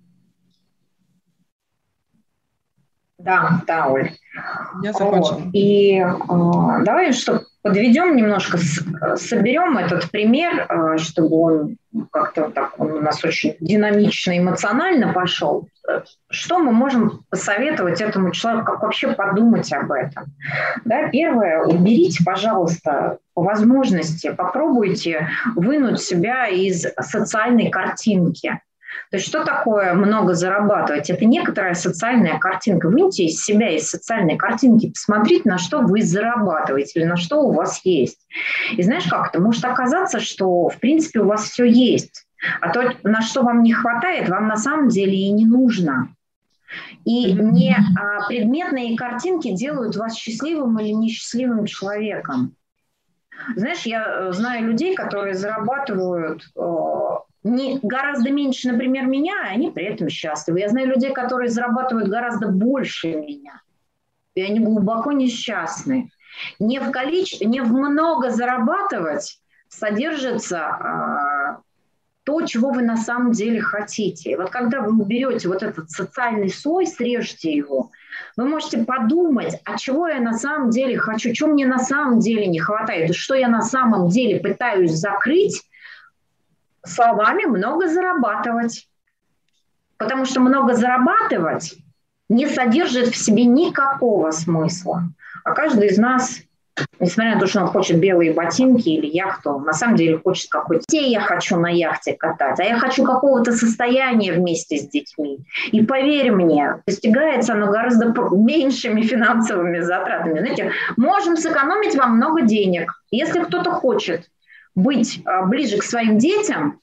Да, да, Оль. Я закончила. Вот. И э, давай, что подведем немножко, соберем этот пример, чтобы он как-то так, он у нас очень динамично, эмоционально пошел. Что мы можем посоветовать этому человеку, как вообще подумать об этом? Да, первое, уберите, пожалуйста, по возможности, попробуйте вынуть себя из социальной картинки. То есть что такое много зарабатывать? Это некоторая социальная картинка. Выньте из себя, из социальной картинки, посмотрите, на что вы зарабатываете или на что у вас есть. И знаешь как это? Может оказаться, что в принципе у вас все есть, а то, на что вам не хватает, вам на самом деле и не нужно. И не а, предметные картинки делают вас счастливым или несчастливым человеком. Знаешь, я знаю людей, которые зарабатывают... Не, гораздо меньше, например, меня, и они при этом счастливы. Я знаю людей, которые зарабатывают гораздо больше меня, и они глубоко несчастны. Не в количестве, не в много зарабатывать содержится а, то, чего вы на самом деле хотите. И вот когда вы уберете вот этот социальный слой, срежете его, вы можете подумать, а чего я на самом деле хочу, чего мне на самом деле не хватает, и что я на самом деле пытаюсь закрыть, словами много зарабатывать. Потому что много зарабатывать не содержит в себе никакого смысла. А каждый из нас, несмотря на то, что он хочет белые ботинки или яхту, на самом деле хочет какой-то... Те я хочу на яхте катать, а я хочу какого-то состояния вместе с детьми. И поверь мне, достигается оно гораздо меньшими финансовыми затратами. Знаете, можем сэкономить вам много денег. Если кто-то хочет быть ближе к своим детям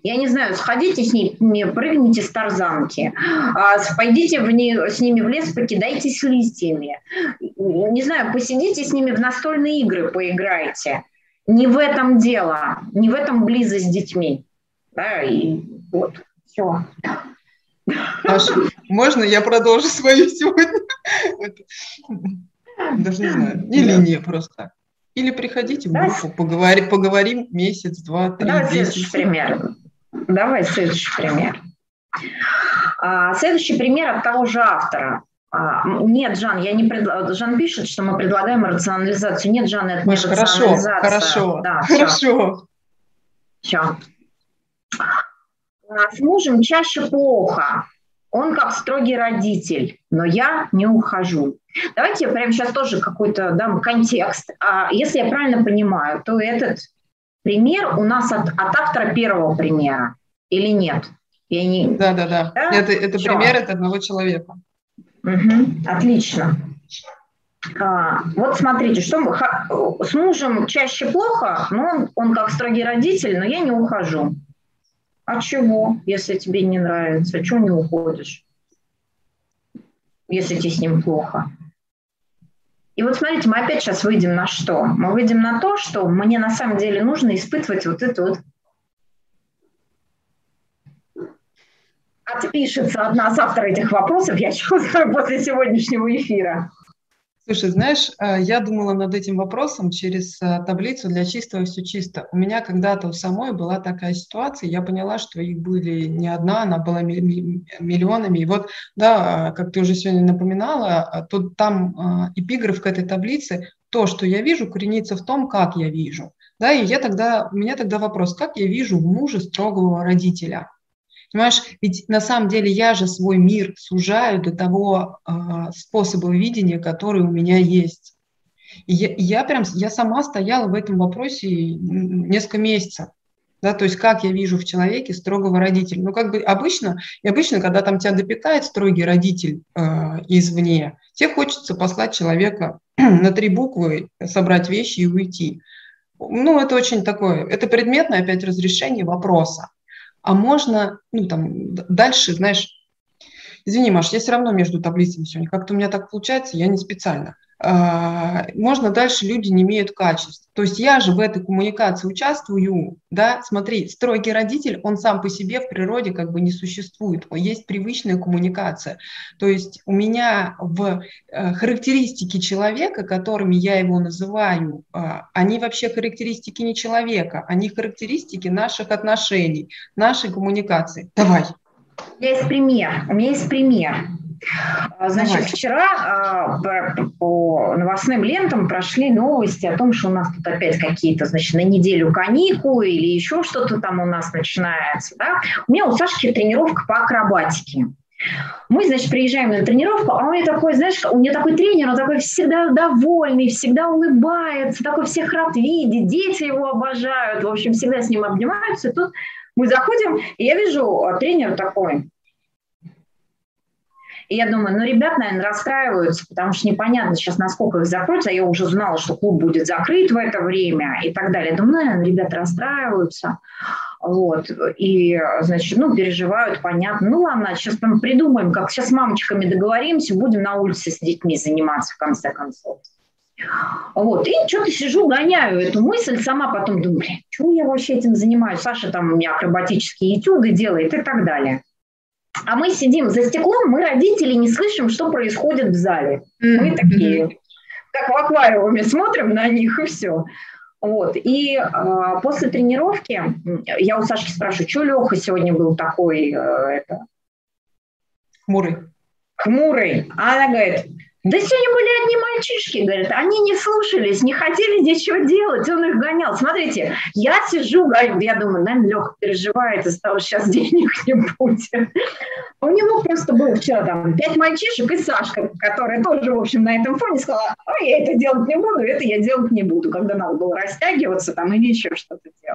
Я не знаю, сходите с ними, прыгните с тарзанки, пойдите в не, с ними в лес, покидайтесь листьями. Не знаю, посидите с ними в настольные игры, поиграйте. Не в этом дело, не в этом близость с детьми. Да, и вот, все. Маша, можно я продолжу свою сегодня? Даже не знаю. Или да. Не просто. Или приходите в группу, поговори, поговорим месяц, два, три, Давай десять. Следующий пример. Давай следующий пример. А, следующий пример от того же автора. А, нет, Жан, я не предла... Жан пишет, что мы предлагаем рационализацию. Нет, Жан, это Маша, не рационализация. Хорошо, да, хорошо. Все. С мужем чаще плохо. Он как строгий родитель, но я не ухожу. Давайте я прямо сейчас тоже какой-то дам контекст. А если я правильно понимаю, то этот пример у нас от, от автора первого примера или нет? Я не... Да, да, да. да? Это, это пример от одного человека. Угу. Отлично. А, вот смотрите, что мы, с мужем чаще плохо, но он, он как строгий родитель, но я не ухожу. А чего, если тебе не нравится? Чего не уходишь, если тебе с ним плохо? И вот смотрите, мы опять сейчас выйдем на что? Мы выйдем на то, что мне на самом деле нужно испытывать вот это вот. Отпишется одна из авторов этих вопросов, я чувствую, после сегодняшнего эфира. Слушай, знаешь, я думала над этим вопросом через таблицу для чистого все чисто. У меня когда-то у самой была такая ситуация, я поняла, что их были не одна, она была миллионами. И вот, да, как ты уже сегодня напоминала, то там эпиграф к этой таблице, то, что я вижу, коренится в том, как я вижу. Да, и я тогда, у меня тогда вопрос, как я вижу в муже строгого родителя? Понимаешь, ведь на самом деле я же свой мир сужаю до того э, способа видения, который у меня есть. И я, я прям, я сама стояла в этом вопросе несколько месяцев. Да, то есть как я вижу в человеке строгого родителя. Ну, как бы обычно, и обычно, когда там тебя допекает строгий родитель э, извне, тебе хочется послать человека на три буквы, собрать вещи и уйти. Ну, это очень такое, это предметное опять разрешение вопроса. А можно, ну, там, дальше, знаешь, извини, Маш, я все равно между таблицами сегодня, как-то у меня так получается, я не специально. А, можно дальше, люди не имеют качеств. То есть я же в этой коммуникации участвую, да, смотри, строгий родитель, он сам по себе в природе как бы не существует, есть привычная коммуникация. То есть у меня в э, характеристики человека, которыми я его называю, э, они вообще характеристики не человека, они характеристики наших отношений, нашей коммуникации. Давай. У меня есть пример, у меня есть пример. Значит, Давай. Вчера э, по новостным лентам прошли новости о том, что у нас тут опять какие-то, значит, на неделю каникулы или еще что-то там у нас начинается. Да? У меня у Сашки тренировка по акробатике. Мы, значит, приезжаем на тренировку, а у меня такой, знаешь, у меня такой тренер, он такой всегда довольный, всегда улыбается, такой всех рад видеть, дети его обожают, в общем, всегда с ним обнимаются. И тут мы заходим, и я вижу, тренер такой. И я думаю, ну, ребят, наверное, расстраиваются, потому что непонятно сейчас, насколько их закроются. Я уже знала, что клуб будет закрыт в это время и так далее. Я думаю, наверное, ребята расстраиваются. Вот. И, значит, ну, переживают, понятно. Ну, ладно, сейчас там придумаем, как сейчас с мамочками договоримся, будем на улице с детьми заниматься в конце концов. Вот. И что-то сижу, гоняю эту мысль, сама потом думаю, блин, чего я вообще этим занимаюсь? Саша там у меня акробатические этюды делает и так далее. А мы сидим за стеклом, мы, родители, не слышим, что происходит в зале. Mm-hmm. Мы такие, как в аквариуме, смотрим на них, и все. Вот. И э, после тренировки я у Сашки спрашиваю, что Леха сегодня был такой... Э, это... Хмурый. Хмурый. А она говорит... Да сегодня были одни мальчишки, говорят, они не слушались, не хотели ничего делать, он их гонял. Смотрите, я сижу, я думаю, наверное, Леха переживает из-за того, что сейчас денег не будет. У него просто было вчера там пять мальчишек и Сашка, которая тоже, в общем, на этом фоне сказала, а я это делать не буду, это я делать не буду, когда надо было растягиваться там или еще что-то делать.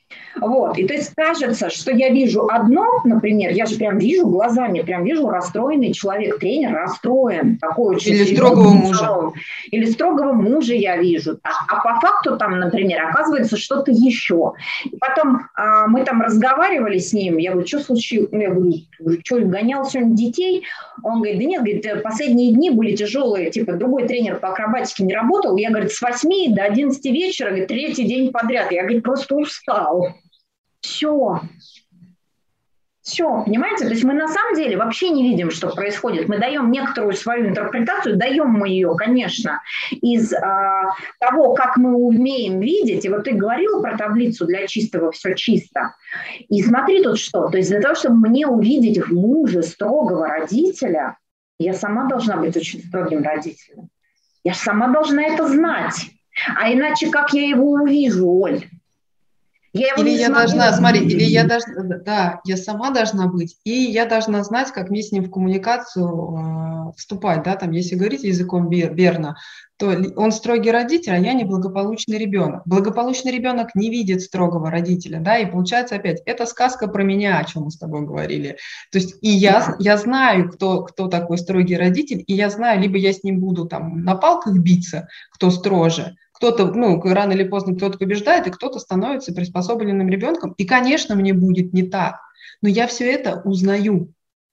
Вот, и то есть кажется, что я вижу одно, например, я же прям вижу глазами, прям вижу расстроенный человек, тренер расстроен, такой очень Или строгого мужа. Или строгого мужа я вижу, а, а по факту там, например, оказывается что-то еще. И потом а, мы там разговаривали с ним, я говорю, что случилось? Я говорю, что, гонял сегодня детей? Он говорит, да нет, говорит, последние дни были тяжелые, типа другой тренер по акробатике не работал, я, говорит, с восьми до одиннадцати вечера, говорит, третий день подряд, я, говорит, просто устал. Все. Все, понимаете? То есть мы на самом деле вообще не видим, что происходит. Мы даем некоторую свою интерпретацию, даем мы ее, конечно, из а, того, как мы умеем видеть. И вот ты говорила про таблицу для чистого «все чисто». И смотри тут что. То есть для того, чтобы мне увидеть в муже строгого родителя, я сама должна быть очень строгим родителем. Я же сама должна это знать. А иначе как я его увижу, Оль? Я или я смогу. должна, смотри, или я должна, да, я сама должна быть, и я должна знать, как мне с ним в коммуникацию э, вступать, да, там, если говорить языком Берна, то он строгий родитель, а я неблагополучный ребенок. Благополучный ребенок не видит строгого родителя, да, и получается опять, это сказка про меня, о чем мы с тобой говорили. То есть и я, я знаю, кто, кто такой строгий родитель, и я знаю, либо я с ним буду там на палках биться, кто строже, кто-то, ну, рано или поздно кто-то побеждает, и кто-то становится приспособленным ребенком. И, конечно, мне будет не так, но я все это узнаю.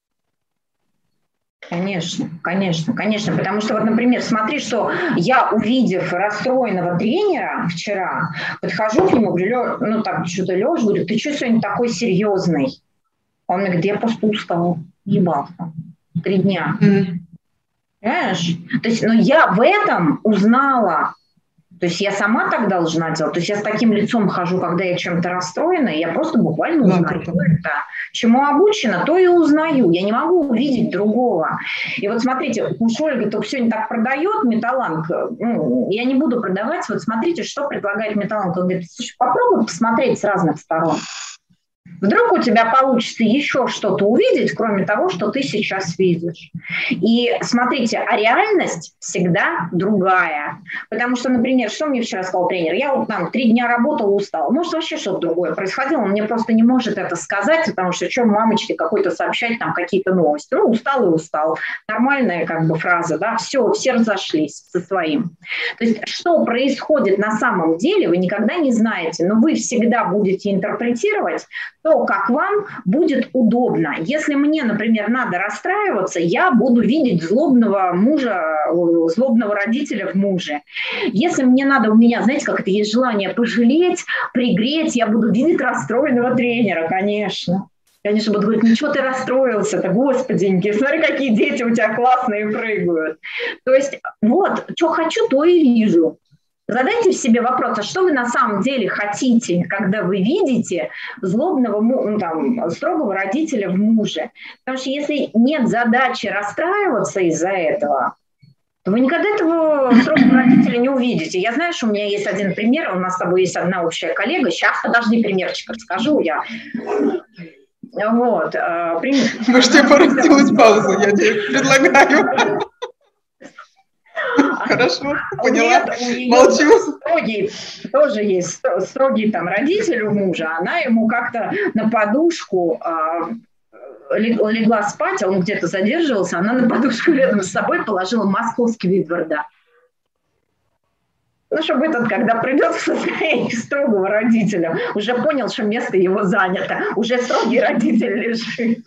Конечно, конечно, конечно. Потому что, вот, например, смотри, что я, увидев расстроенного тренера вчера, подхожу к нему, говорю, ну, так, что-то лежа, говорю, ты что сегодня такой серьезный? Он мне говорит, я просто устал, ебался. Три дня. Mm-hmm. Понимаешь? То есть, ну, я в этом узнала. То есть я сама так должна делать. То есть я с таким лицом хожу, когда я чем-то расстроена, и я просто буквально узнаю, что это. Чему обучена, то и узнаю. Я не могу увидеть другого. И вот смотрите, уж Ольга только сегодня так продает Металланг. Ну, я не буду продавать. Вот смотрите, что предлагает Металланг. Он говорит, слушай, попробуй посмотреть с разных сторон. Вдруг у тебя получится еще что-то увидеть, кроме того, что ты сейчас видишь. И смотрите, а реальность всегда другая. Потому что, например, что мне вчера сказал тренер? Я вот там три дня работала, устала. Может, вообще что-то другое происходило. Он мне просто не может это сказать, потому что что мамочке какой-то сообщать там какие-то новости. Ну, устал и устал. Нормальная как бы фраза, да, все, все разошлись со своим. То есть, что происходит на самом деле, вы никогда не знаете, но вы всегда будете интерпретировать то, как вам будет удобно. Если мне, например, надо расстраиваться, я буду видеть злобного мужа, злобного родителя в муже. Если мне надо, у меня, знаете, как это есть желание пожалеть, пригреть, я буду видеть расстроенного тренера, конечно. Конечно, буду говорить, ничего ты расстроился-то, господеньки, смотри, какие дети у тебя классные прыгают. То есть вот, что хочу, то и вижу. Задайте себе вопрос, а что вы на самом деле хотите, когда вы видите злобного, ну, там, строгого родителя в муже? Потому что если нет задачи расстраиваться из-за этого, то вы никогда этого строгого родителя не увидите. Я знаю, что у меня есть один пример, у нас с тобой есть одна общая коллега, сейчас, подожди, примерчик расскажу я. Вот. Может, тебе пора сделать паузу, я тебе предлагаю. Хорошо, поняла, молчу. Строгий, тоже есть строгий там родитель у мужа, она ему как-то на подушку а, легла спать, а он где-то задерживался, она на подушку рядом с собой положила московский Витварда. Ну, чтобы этот, когда придет в состояние строгого родителя, уже понял, что место его занято, уже строгий родитель лежит.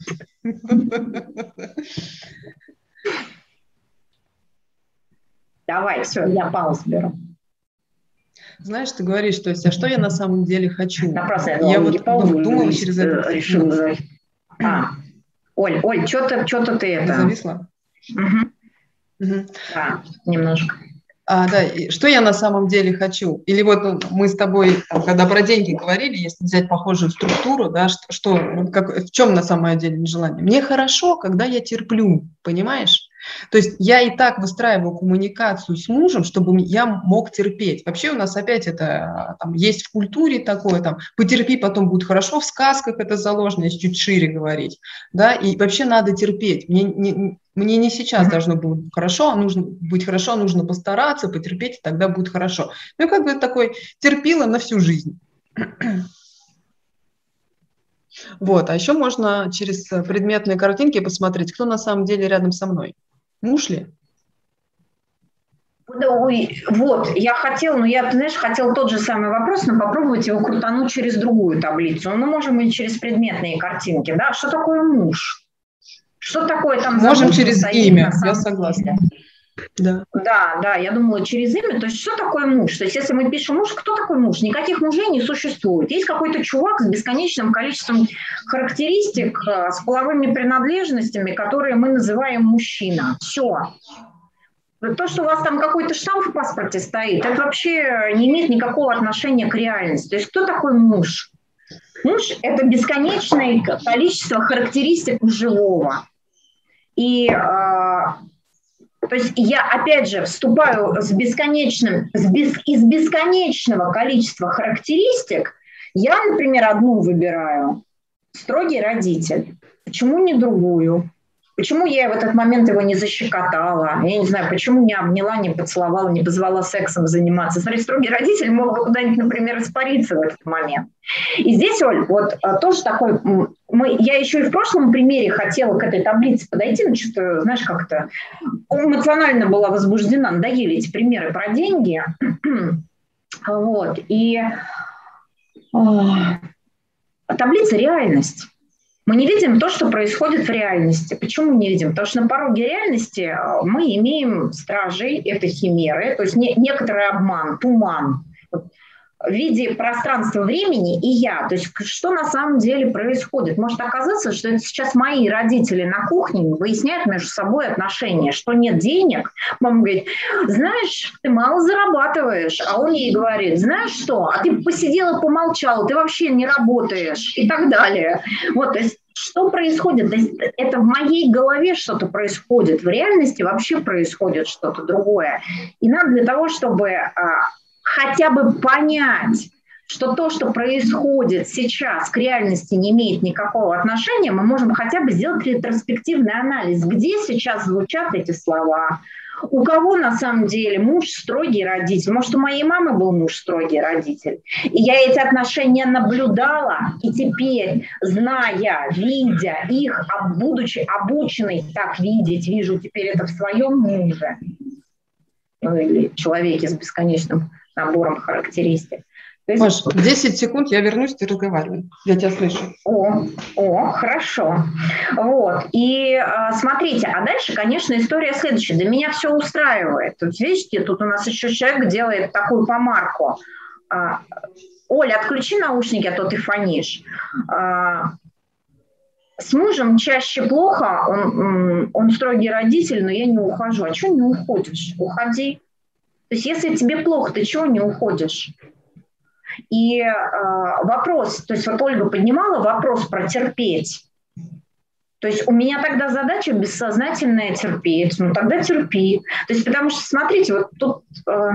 Давай, все, я паузу беру. Знаешь, ты говоришь, то есть, а что я на самом деле хочу? Да, просто я, я вот паузу, думала через это. Решила за... а. Оль, Оль, что-то, что-то ты это... Зависла? Угу. Угу. Да, немножко. А, да, что я на самом деле хочу? Или вот мы с тобой, когда про деньги говорили, если взять похожую структуру, да, что, что как, в чем на самом деле желание? Мне хорошо, когда я терплю, понимаешь? То есть я и так выстраиваю коммуникацию с мужем, чтобы я мог терпеть. Вообще у нас опять это там, есть в культуре такое, там, потерпи, потом будет хорошо, в сказках это заложено, если чуть шире говорить. Да? И вообще надо терпеть. Мне не, мне не сейчас должно быть хорошо, а нужно быть хорошо, нужно постараться, потерпеть, и тогда будет хорошо. Ну, как бы такой терпила на всю жизнь. Вот, а еще можно через предметные картинки посмотреть, кто на самом деле рядом со мной. Муж ли? Ой, вот, я хотела, но я, ты знаешь, хотела тот же самый вопрос, но попробовать его крутануть через другую таблицу. Ну, можем и через предметные картинки, да? Что такое муж? Что такое там... Можем через имя, я согласна. Да. да, да, я думала через имя. То есть что такое муж? То есть если мы пишем муж, кто такой муж? Никаких мужей не существует. Есть какой-то чувак с бесконечным количеством характеристик, с половыми принадлежностями, которые мы называем мужчина. Все. То, что у вас там какой-то штамп в паспорте стоит, это вообще не имеет никакого отношения к реальности. То есть кто такой муж? Муж – это бесконечное количество характеристик у живого. И, э, то есть я, опять же, вступаю с бесконечным, с бес, из бесконечного количества характеристик, я, например, одну выбираю – строгий родитель. Почему не другую? Почему я в этот момент его не защекотала? Я не знаю, почему не обняла, не поцеловала, не позвала сексом заниматься. Смотри, строгий родитель мог бы куда-нибудь, например, испариться в этот момент. И здесь, Оль, вот тоже такой... Мы, я еще и в прошлом примере хотела к этой таблице подойти, но что-то, знаешь, как-то эмоционально была возбуждена. Надоели эти примеры про деньги. Вот. И таблица «Реальность». Мы не видим то, что происходит в реальности. Почему не видим? Потому что на пороге реальности мы имеем стражей, это химеры, то есть не, некоторый обман, туман в виде пространства времени и я. То есть что на самом деле происходит? Может оказаться, что это сейчас мои родители на кухне выясняют между собой отношения, что нет денег. Мама говорит, знаешь, ты мало зарабатываешь. А он ей говорит, знаешь что, а ты посидела, помолчала, ты вообще не работаешь и так далее. Вот, то есть что происходит? То есть это в моей голове что-то происходит, в реальности вообще происходит что-то другое. И нам для того, чтобы хотя бы понять, что то, что происходит сейчас, к реальности не имеет никакого отношения, мы можем хотя бы сделать ретроспективный анализ, где сейчас звучат эти слова, у кого на самом деле муж строгий родитель. Может, у моей мамы был муж строгий родитель. И я эти отношения наблюдала, и теперь, зная, видя их, будучи обученной так видеть, вижу теперь это в своем муже, ну или человеке с бесконечным набором характеристик. Есть... Маш, десять секунд, я вернусь, ты разговаривай. Я тебя слышу. О, о, хорошо. Вот. И а, смотрите, а дальше, конечно, история следующая. Да меня все устраивает. Тут, видите, тут у нас еще человек делает такую помарку. А, Оля, отключи наушники, а то ты фонишь. А, с мужем чаще плохо, он, он строгий родитель, но я не ухожу. А чего не уходишь? Уходи. То есть если тебе плохо, ты чего не уходишь? И э, вопрос, то есть вот Ольга поднимала вопрос про терпеть. То есть у меня тогда задача бессознательная терпеть. Ну тогда терпи. То есть потому что, смотрите, вот тут э,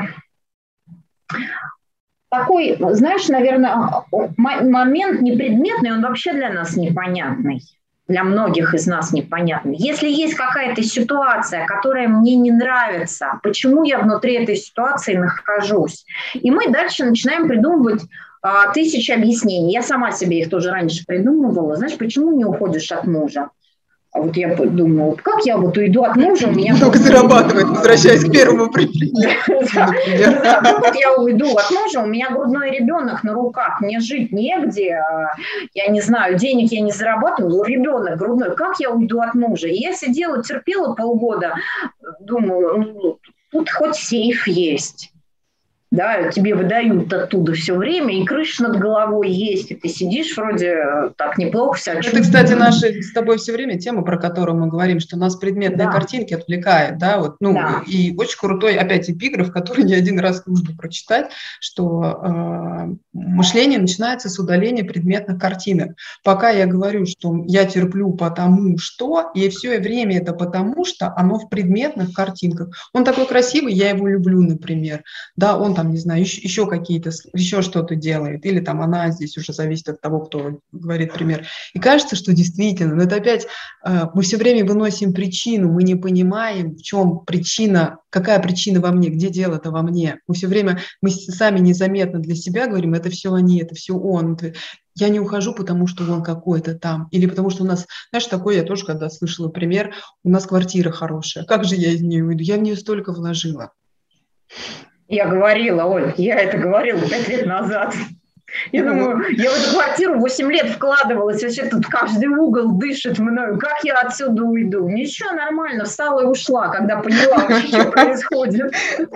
такой, знаешь, наверное, момент непредметный, он вообще для нас непонятный. Для многих из нас непонятный. Если есть какая-то ситуация, которая мне не нравится, почему я внутри этой ситуации нахожусь? И мы дальше начинаем придумывать а, тысячи объяснений. Я сама себе их тоже раньше придумывала. Знаешь, почему не уходишь от мужа? А вот я думаю, как я вот уйду от мужа, у меня... Много зарабатывает, возвращаясь к первому примеру. Как я уйду от мужа, у меня грудной ребенок на руках, мне жить негде, я не знаю, денег я не зарабатываю, ребенок грудной, как я уйду от мужа? И я сидела, терпела полгода, думаю, тут хоть сейф есть. Да, тебе выдают оттуда все время, и крыша над головой есть, и ты сидишь вроде так неплохо себя чувствуешь. Это, кстати, наша с тобой все время тема, про которую мы говорим, что нас предметные да. картинки отвлекают, да, вот, ну, да. И очень крутой, опять, эпиграф, который не один раз нужно прочитать, что э, мышление начинается с удаления предметных картинок. Пока я говорю, что я терплю потому что, и все время это потому что, оно в предметных картинках. Он такой красивый, я его люблю, например, да, он там, не знаю, еще, еще какие-то, еще что-то делает, или там она, здесь уже зависит от того, кто говорит пример. И кажется, что действительно, но это опять, э, мы все время выносим причину, мы не понимаем, в чем причина, какая причина во мне, где дело-то во мне. Мы все время, мы сами незаметно для себя говорим, это все они, это все он. я не ухожу, потому что он какой-то там, или потому что у нас, знаешь, такой я тоже когда слышала пример, у нас квартира хорошая, как же я из нее уйду, я в нее столько вложила. Я говорила, Оль, я это говорила пять лет назад. Я думаю, я в эту квартиру восемь лет вкладывалась, вообще тут каждый угол дышит мною, как я отсюда уйду? Ничего, нормально, встала и ушла, когда поняла вообще, что происходит.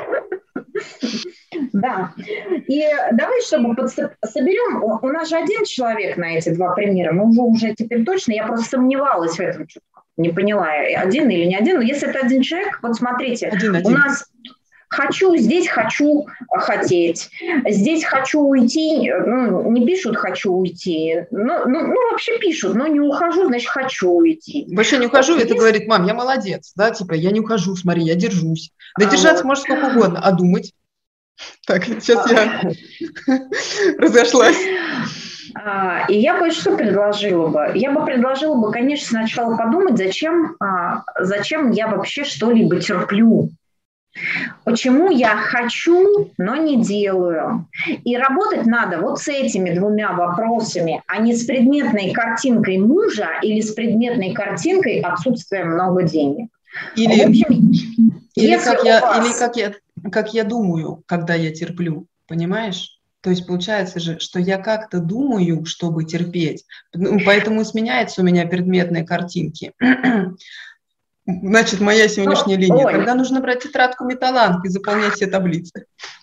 Да. И давай, чтобы соберем, у нас же один человек на эти два примера, ну уже, уже теперь точно, я просто сомневалась в этом, не поняла, один или не один, но если это один человек, вот смотрите, один, один. У нас хочу, здесь хочу хотеть, здесь хочу уйти, ну, не пишут «хочу уйти», ну, ну, ну, вообще пишут, но не ухожу, значит, хочу уйти. Вообще не ухожу, вот это здесь... говорит, мам, я молодец, да, типа, я не ухожу, смотри, я держусь. Да а держаться вот. Может сколько угодно, а думать? Так, сейчас а... я разошлась. И я кое-что предложила бы. Я бы предложила бы, конечно, сначала подумать, зачем, зачем я вообще что-либо терплю. Почему я хочу, но не делаю? И работать надо вот с этими двумя вопросами, а не с предметной картинкой мужа или с предметной картинкой отсутствия много денег. Или, в общем, или, как, я, вас... или как, я, как я думаю, когда я терплю, понимаешь? То есть получается же, что я как-то думаю, чтобы терпеть, поэтому сменяются у меня предметные картинки. Значит, моя сегодняшняя ну, линия. Ой. Тогда нужно брать тетрадку Металланг и заполнять все таблицы.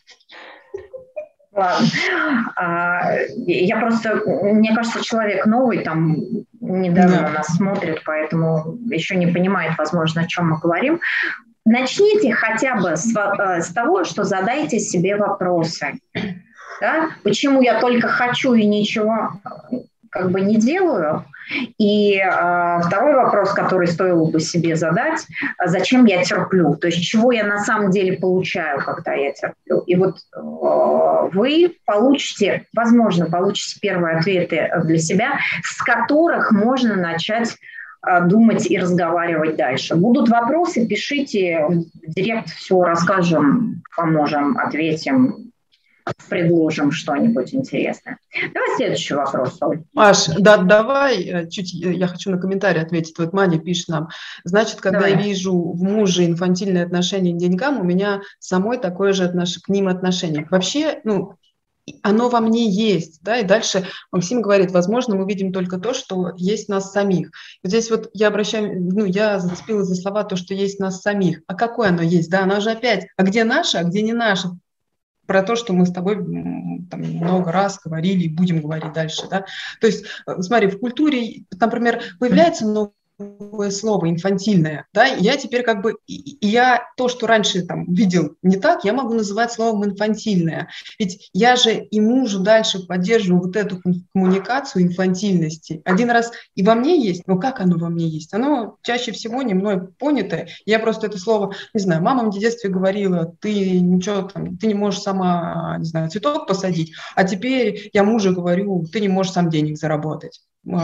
Ладно. А, я просто, мне кажется, человек новый, там недавно да. нас смотрит, поэтому еще не понимает, возможно, о чем мы говорим. Начните хотя бы с, с того, что задайте себе вопросы. Да? Почему я только хочу и ничего как бы не делаю? И э, второй вопрос, который стоило бы себе задать, зачем я терплю? То есть чего я на самом деле получаю, когда я терплю? И вот э, вы получите, возможно, получите первые ответы для себя, с которых можно начать э, думать и разговаривать дальше. Будут вопросы, пишите в директ, все расскажем, поможем, ответим. Предложим что-нибудь интересное. Давай следующий вопрос, Оль. Маш, да, давай, чуть я хочу на комментарий ответить. Вот Маня пишет нам, значит, когда давай. Я вижу в муже инфантильное отношение к деньгам, у меня самой такое же отнош... к ним отношение. Вообще, ну, оно во мне есть, да, и дальше Максим говорит, возможно, мы видим только то, что есть нас самих. Вот здесь вот я обращаю, ну, я зацепилась за слова то, что есть нас самих. А какое оно есть, да, оно же опять, а где наше, а где не наше? Про то, что мы с тобой там, много раз говорили и будем говорить дальше. Да? То есть, смотри, в культуре, например, появляется новое слово инфантильное, да, и я теперь как бы, и я то, что раньше там видел не так, я могу называть словом инфантильное. Ведь я же и мужу дальше поддерживаю вот эту коммуникацию инфантильности. Один раз и во мне есть, но как оно во мне есть? Оно чаще всего не мной понятое. Я просто это слово, не знаю, мама мне в детстве говорила, ты ничего там, ты не можешь сама, не знаю, цветок посадить, а теперь я мужу говорю, ты не можешь сам денег заработать.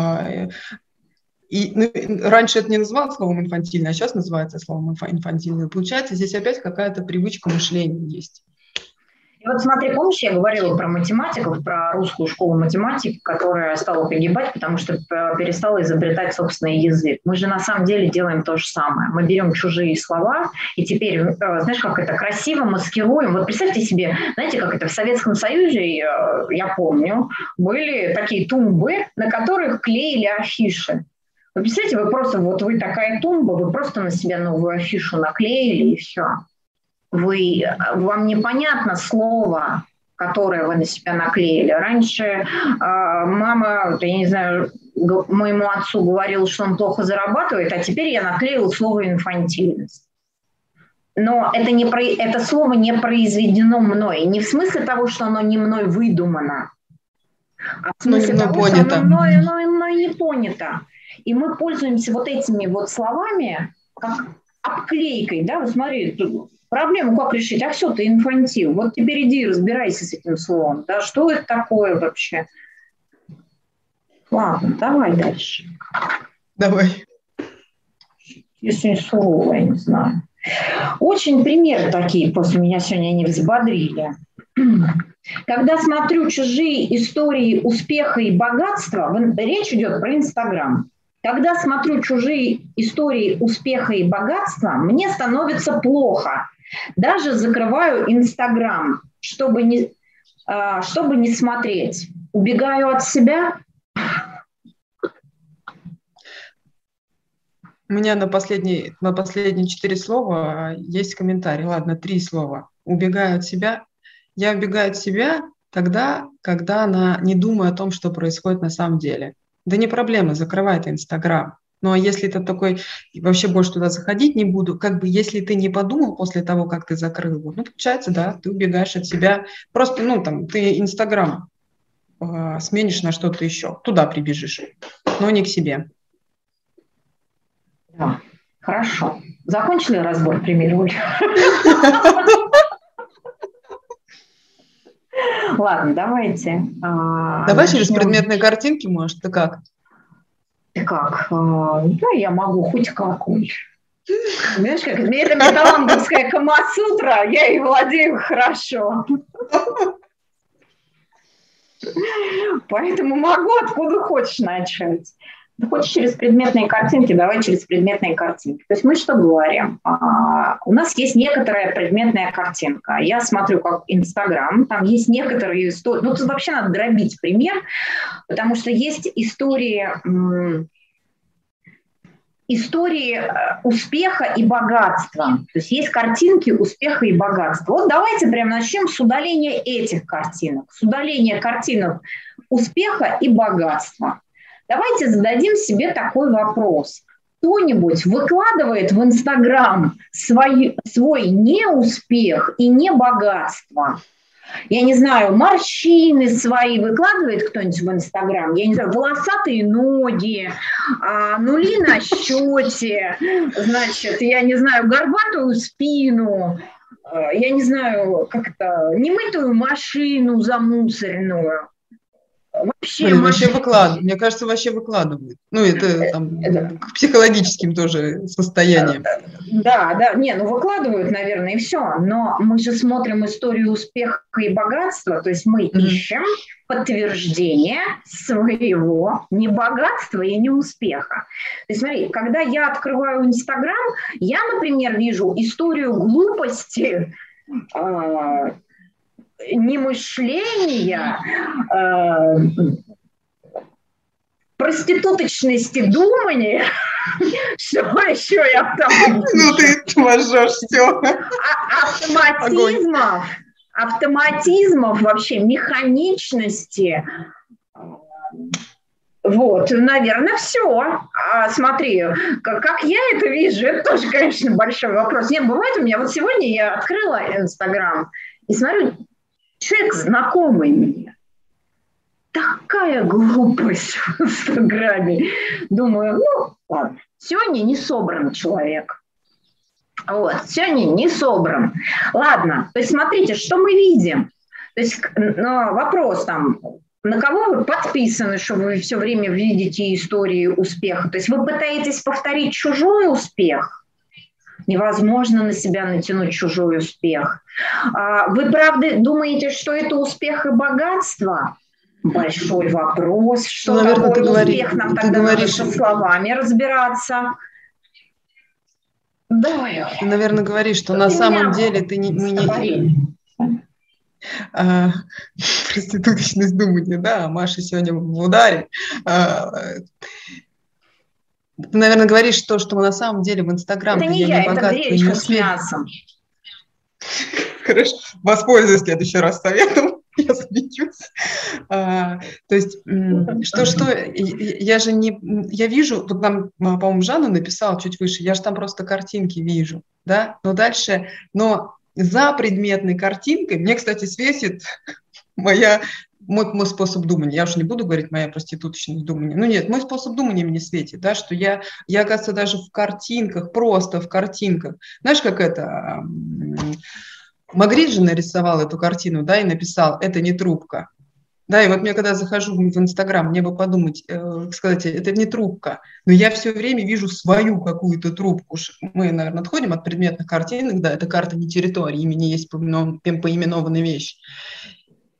И ну, раньше это не называлось словом инфантильное, а сейчас называется словом инфантильное. Получается, здесь опять какая-то привычка мышления есть. И вот смотри, помнишь, я говорила про математиков, про русскую школу математики, которая стала погибать, потому что перестала изобретать собственный язык. Мы же на самом деле делаем то же самое. Мы берем чужие слова, и теперь, знаешь, как это красиво маскируем. Вот представьте себе, знаете, как это в Советском Союзе, я помню, были такие тумбы, на которых клеили афиши. Вы представляете, вы просто, вот вы такая тумба, вы просто на себя новую афишу наклеили, и все. Вы, вам непонятно слово, которое вы на себя наклеили. Раньше э, мама, я не знаю, моему отцу говорила, что он плохо зарабатывает, а теперь я наклеила слово «инфантильность». Но это, не, это слово не произведено мной. Не в смысле того, что оно не мной выдумано, а в смысле того, понято. Что оно мной, оно мной не понято. И мы пользуемся вот этими вот словами, как обклейкой, да, вот смотри, проблему как решить, а все, ты инфантил, вот теперь иди разбирайся с этим словом, да, что это такое вообще? Ладно, давай дальше. Давай. Если не сурово, я не знаю. Очень примеры такие, после меня сегодня они взбодрили. Когда смотрю чужие истории успеха и богатства, речь идет про Инстаграм. Когда смотрю чужие истории успеха и богатства, мне становится плохо. Даже закрываю Инстаграм, чтобы не, чтобы не смотреть. Убегаю от себя. У меня на последние, на последние четыре слова есть комментарий. Ладно, три слова. Убегаю от себя. Я убегаю от себя тогда, когда она не думаю о том, что происходит на самом деле. Да не проблема, закрывай это Инстаграм. Ну а если ты такой, вообще больше туда заходить не буду, как бы если ты не подумал после того, как ты закрыл его, ну, получается, да, ты убегаешь от себя. Просто, ну, там, ты Инстаграм э, сменишь на что-то еще, туда прибежишь, но не к себе. Да, хорошо. Закончили разбор примеров? Ладно, давайте. Давай через предметные картинки, может, ты как? Ты как? Да, я могу хоть какой. Знаешь, как это металландовская камасутра, я и владею хорошо. Поэтому могу откуда хочешь начать. Хочешь через предметные картинки, давай через предметные картинки. То есть мы что говорим? А, у нас есть некоторая предметная картинка. Я смотрю как Инстаграм, там есть некоторые истории. Ну, тут вообще надо дробить пример, потому что есть истории, м- истории успеха и богатства. То есть есть картинки успеха и богатства. Вот давайте прямо начнем с удаления этих картинок, с удаления картинок успеха и богатства. Давайте зададим себе такой вопрос. Кто-нибудь выкладывает в Инстаграм свой, свой неуспех и небогатство? Я не знаю, морщины свои выкладывает кто-нибудь в Инстаграм? Я не знаю, волосатые ноги, нули на счете, значит, я не знаю, горбатую спину, я не знаю, как-то, немытую машину замусоренную. Вообще, Блин, вообще выкладывают. Мне кажется, вообще выкладывают. Ну, это там, это... к психологическим тоже состояниям. Да, да, не, ну выкладывают, наверное, и все. Но мы же смотрим историю успеха и богатства, то есть мы mm-hmm. ищем подтверждение своего небогатства и неуспеха. То есть смотри, когда я открываю Инстаграм, я, например, вижу историю глупости, э- немышления, э, проституточности думания, что еще я там... Ну ты вожжешь все. Автоматизмов, автоматизмов вообще, механичности. Вот, наверное, все. А смотри, как, как я это вижу, это тоже, конечно, большой вопрос. Нет, бывает у меня, вот сегодня я открыла Инстаграм и смотрю, человек знакомый мне. Такая глупость в Инстаграме. Думаю, ну, ладно, сегодня не собран человек. Вот, сегодня не собран. Ладно, то есть смотрите, что мы видим. То есть ну, вопрос там, на кого вы подписаны, что вы все время видите истории успеха? То есть вы пытаетесь повторить чужой успех? Невозможно на себя натянуть чужой успех. Вы правда думаете, что это успех и богатство? Большой вопрос. Что ну, наверное, такое успех? Говори, Нам тогда говоришь... надо со словами разбираться. Давай. Ты, наверное, говоришь, что, что на самом деле ты не... Мы не... А, проституточность думания, да, Маша сегодня в ударе. А, Ты, наверное, говоришь то, что на самом деле в Инстаграм это не я, я не это гречка с мясом. Хорошо, воспользуюсь в следующий раз советом. Я смеюсь. А, то есть, что, что, я же не, я вижу, тут нам, по-моему, Жанна написала чуть выше, я же там просто картинки вижу, да, но дальше, но за предметной картинкой, мне, кстати, светит моя... Мой, мой способ думания, я уже не буду говорить моя проституточность думания, ну нет, мой способ думания мне светит, да, что я, я, оказывается, даже в картинках, просто в картинках, знаешь, как это, Магрит же нарисовал эту картину, да, и написал, это не трубка, да, и вот мне, когда захожу в Инстаграм, мне бы подумать, э, сказать, это не трубка, но я все время вижу свою какую-то трубку, мы, наверное, отходим от предметных картинок, да, это карта не территории, имени есть поименованная вещь.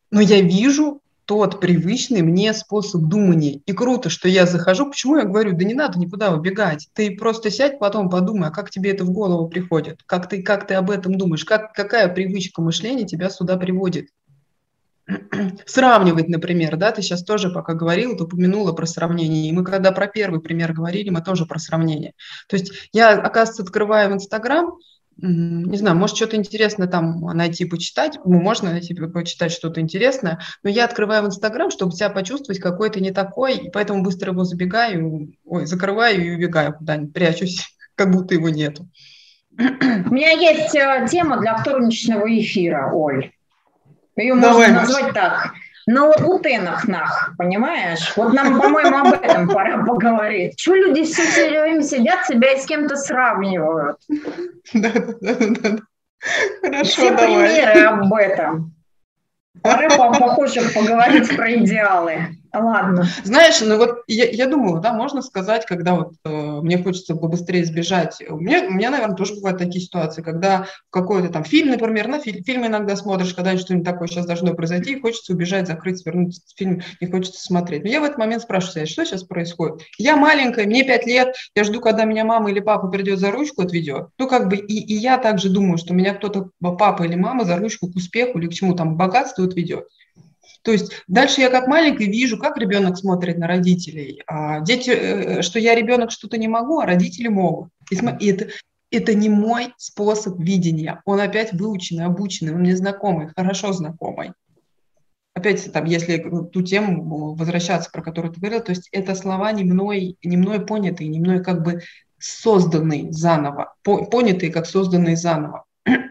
но я вижу тот привычный мне способ думания. И круто, что я захожу. Почему я говорю, да не надо никуда убегать. Ты просто сядь, потом подумай, а как тебе это в голову приходит? Как ты, как ты об этом думаешь? Как, какая привычка мышления тебя сюда приводит? Сравнивать, например, да, ты сейчас тоже пока говорила, ты упомянула про сравнение, и мы когда про первый пример говорили, мы тоже про сравнение. То есть я, оказывается, открываю в Инстаграм, не знаю, может, что-то интересное там найти, почитать, ну, можно найти, почитать что-то интересное, но я открываю в Инстаграм, чтобы себя почувствовать, какой ты не такой, и поэтому быстро его забегаю, ой, закрываю и убегаю куда-нибудь, прячусь, как будто его нету. У меня есть тема для вторничного эфира, Оль. Ее Давай, можно назвать Маш. Так. На лабутенах нах, понимаешь? Вот нам, по-моему, об этом пора поговорить. Чего люди все время сидят, себя и с кем-то сравнивают? Да, да, да. Хорошо, все давай. примеры об этом. Пора, похоже, поговорить про идеалы. Ладно. Знаешь, ну вот я, я думаю, да, можно сказать, когда вот э, мне хочется побыстрее сбежать. У меня, у меня, наверное, тоже бывают такие ситуации, когда в какой-то там фильм, например, на фильм, фильм иногда смотришь, когда что-нибудь такое сейчас должно произойти, и хочется убежать, закрыть, свернуть фильм, не хочется смотреть. Но я в этот момент спрашиваю себя, что сейчас происходит? Я маленькая, мне пять лет, я жду, когда меня мама или папа придет за ручку, отведет. Ну, как бы, и, и я также думаю, что меня кто-то, папа или мама, за ручку к успеху или к чему там, к богатству отведет. То есть дальше я как маленькая вижу, как ребенок смотрит на родителей. А дети, что я ребенок что-то не могу, а родители могут. И это, это не мой способ видения. Он опять выученный, обученный, он мне знакомый, хорошо знакомый. Опять, там, если ту тему возвращаться, про которую ты говорила, то есть это слова не мной, не мной понятые, не мной как бы созданные заново, понятые как созданные заново.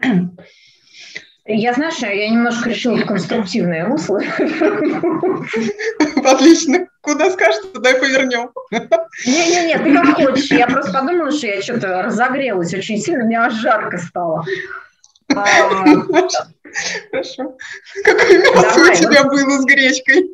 Я, знаешь, я немножко решила в конструктивное русло. Отлично. Куда скажешь, туда и повернем. Не-не-не, ты как хочешь. Я просто подумала, что я что-то разогрелась очень сильно, мне аж жарко стало. Хорошо. Какое мясо у тебя было с гречкой?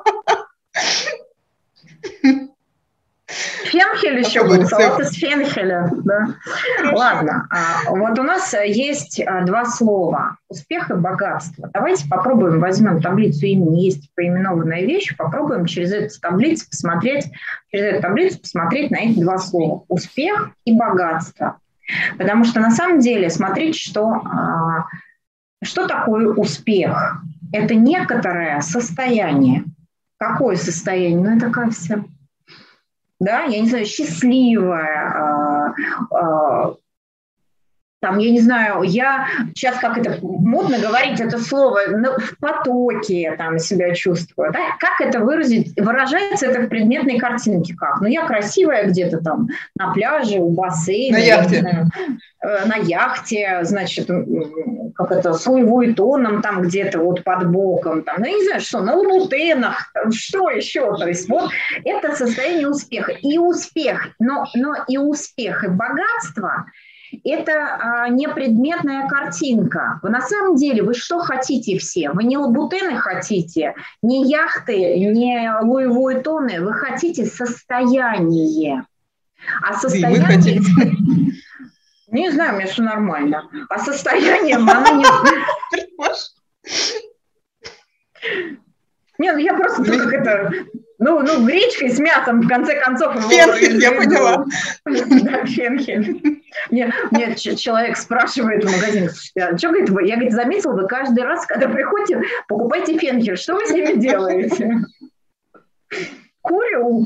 Фенхель еще был, салат из фенхеля. Да. Ладно, а, вот у нас есть а, два слова – успех и богатство. Давайте попробуем, возьмем таблицу имени, есть поименованная вещь, попробуем через эту таблицу посмотреть, через эту таблицу посмотреть на эти два слова – успех и богатство. Потому что на самом деле, смотрите, что, а, что такое успех? Это некоторое состояние. Какое состояние? Ну, это как все... Да, я не знаю, счастливая, а, а, там, я не знаю, я сейчас, как это модно говорить, это слово, в потоке там себя чувствую, да? Как это выразить, выражается это в предметной картинке, как? Ну, я красивая где-то там на пляже, у бассейна. На яхте. Знаю, на яхте, значит, как это, с Луи Вуиттоном там где-то вот под боком, там, ну, я не знаю, что, на лабутенах, что еще, то есть вот это состояние успеха. И успех, но, но и успех, и богатство – это а, не предметная картинка. Вы на самом деле, вы что хотите все? Вы не лабутены хотите, не яхты, не Луи Вуиттоны, вы хотите состояние. А состояние... Не знаю, у меня все нормально. А состоянием оно не... Нет, ну я просто как это... Ну, ну, гречкой с мясом, в конце концов... Фенхель, я поняла. Да, фенхель. Мне, мне человек спрашивает в магазине, что говорит, вы? Я, говорит, заметила, вы каждый раз, когда приходите, покупайте фенхель. Что вы с ними делаете? Курю.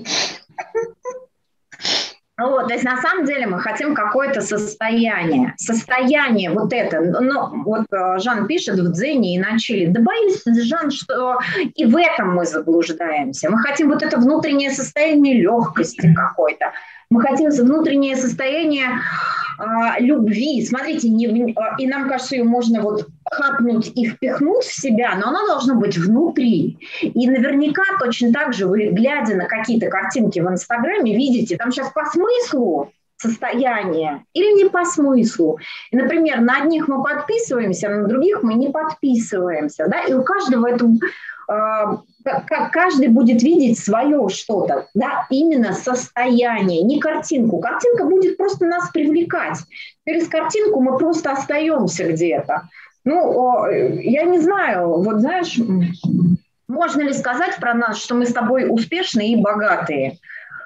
Вот, то есть на самом деле мы хотим какое-то состояние. Состояние вот это. Ну, вот Жан пишет в Дзене и на Чили. Да боюсь, Жан, что и в этом мы заблуждаемся. Мы хотим вот это внутреннее состояние легкости какой-то. Мы хотим внутреннее состояние а, любви. Смотрите, не, и нам кажется, ее можно вот хапнуть и впихнуть в себя, но оно должно быть внутри. И наверняка точно так же вы, глядя на какие-то картинки в Инстаграме, видите, там сейчас по смыслу состояние или не по смыслу. И, например, на одних мы подписываемся, на других мы не подписываемся. Да? И у каждого это... Как каждый будет видеть свое что-то, да, именно состояние, не картинку. Картинка будет просто нас привлекать. Через картинку мы просто остаемся где-то. Ну, я не знаю, вот знаешь, можно ли сказать про нас, что мы с тобой успешные и богатые?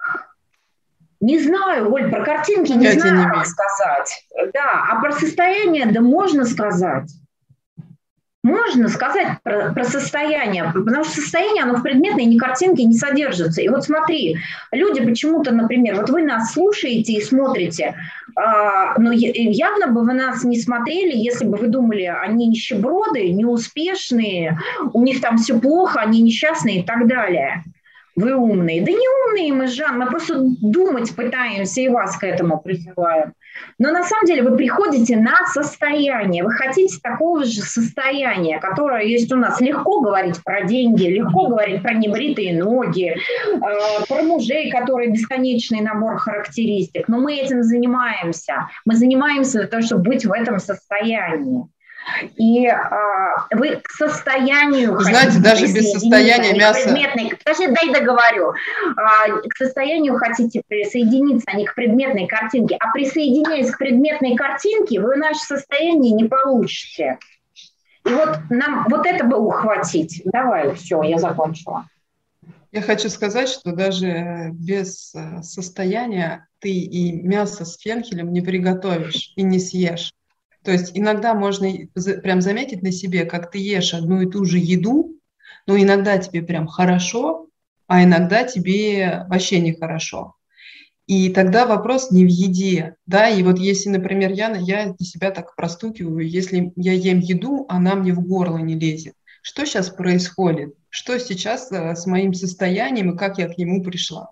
Не знаю, Оль, про картинки не Понятия не знаю, как имею. сказать. Да, а про состояние, да можно сказать. Можно сказать про, про состояние, потому что состояние, оно в предметной ни картинке не содержится. И вот смотри, люди почему-то, например, вот вы нас слушаете и смотрите, а, но явно бы вы нас не смотрели, если бы вы думали, они нищеброды, неуспешные, у них там все плохо, они несчастные и так далее. Вы умные. Да не умные мы, Жан, мы просто думать пытаемся и вас к этому призываем. Но на самом деле вы приходите на состояние, вы хотите такого же состояния, которое есть у нас. Легко говорить про деньги, легко говорить про небритые ноги, э, про мужей, которые бесконечный набор характеристик. Но мы этим занимаемся. Мы занимаемся для того, чтобы быть в этом состоянии. И а, вы к состоянию Знаете, даже без состояния мяса... Предметной... Подожди, дай договорю. А, к состоянию хотите присоединиться, а не к предметной картинке. А присоединяясь к предметной картинке, вы наше состояние не получите. И вот нам вот это бы ухватить. Давай, все, я закончила. Я хочу сказать, что даже без состояния ты и мясо с фенхелем не приготовишь и не съешь. То есть иногда можно прям заметить на себе, как ты ешь одну и ту же еду, но иногда тебе прям хорошо, а иногда тебе вообще нехорошо. И тогда вопрос не в еде, да, и вот если, например, я, я для себя так простукиваю, если я ем еду, она мне в горло не лезет. Что сейчас происходит? Что сейчас с моим состоянием и как я к нему пришла?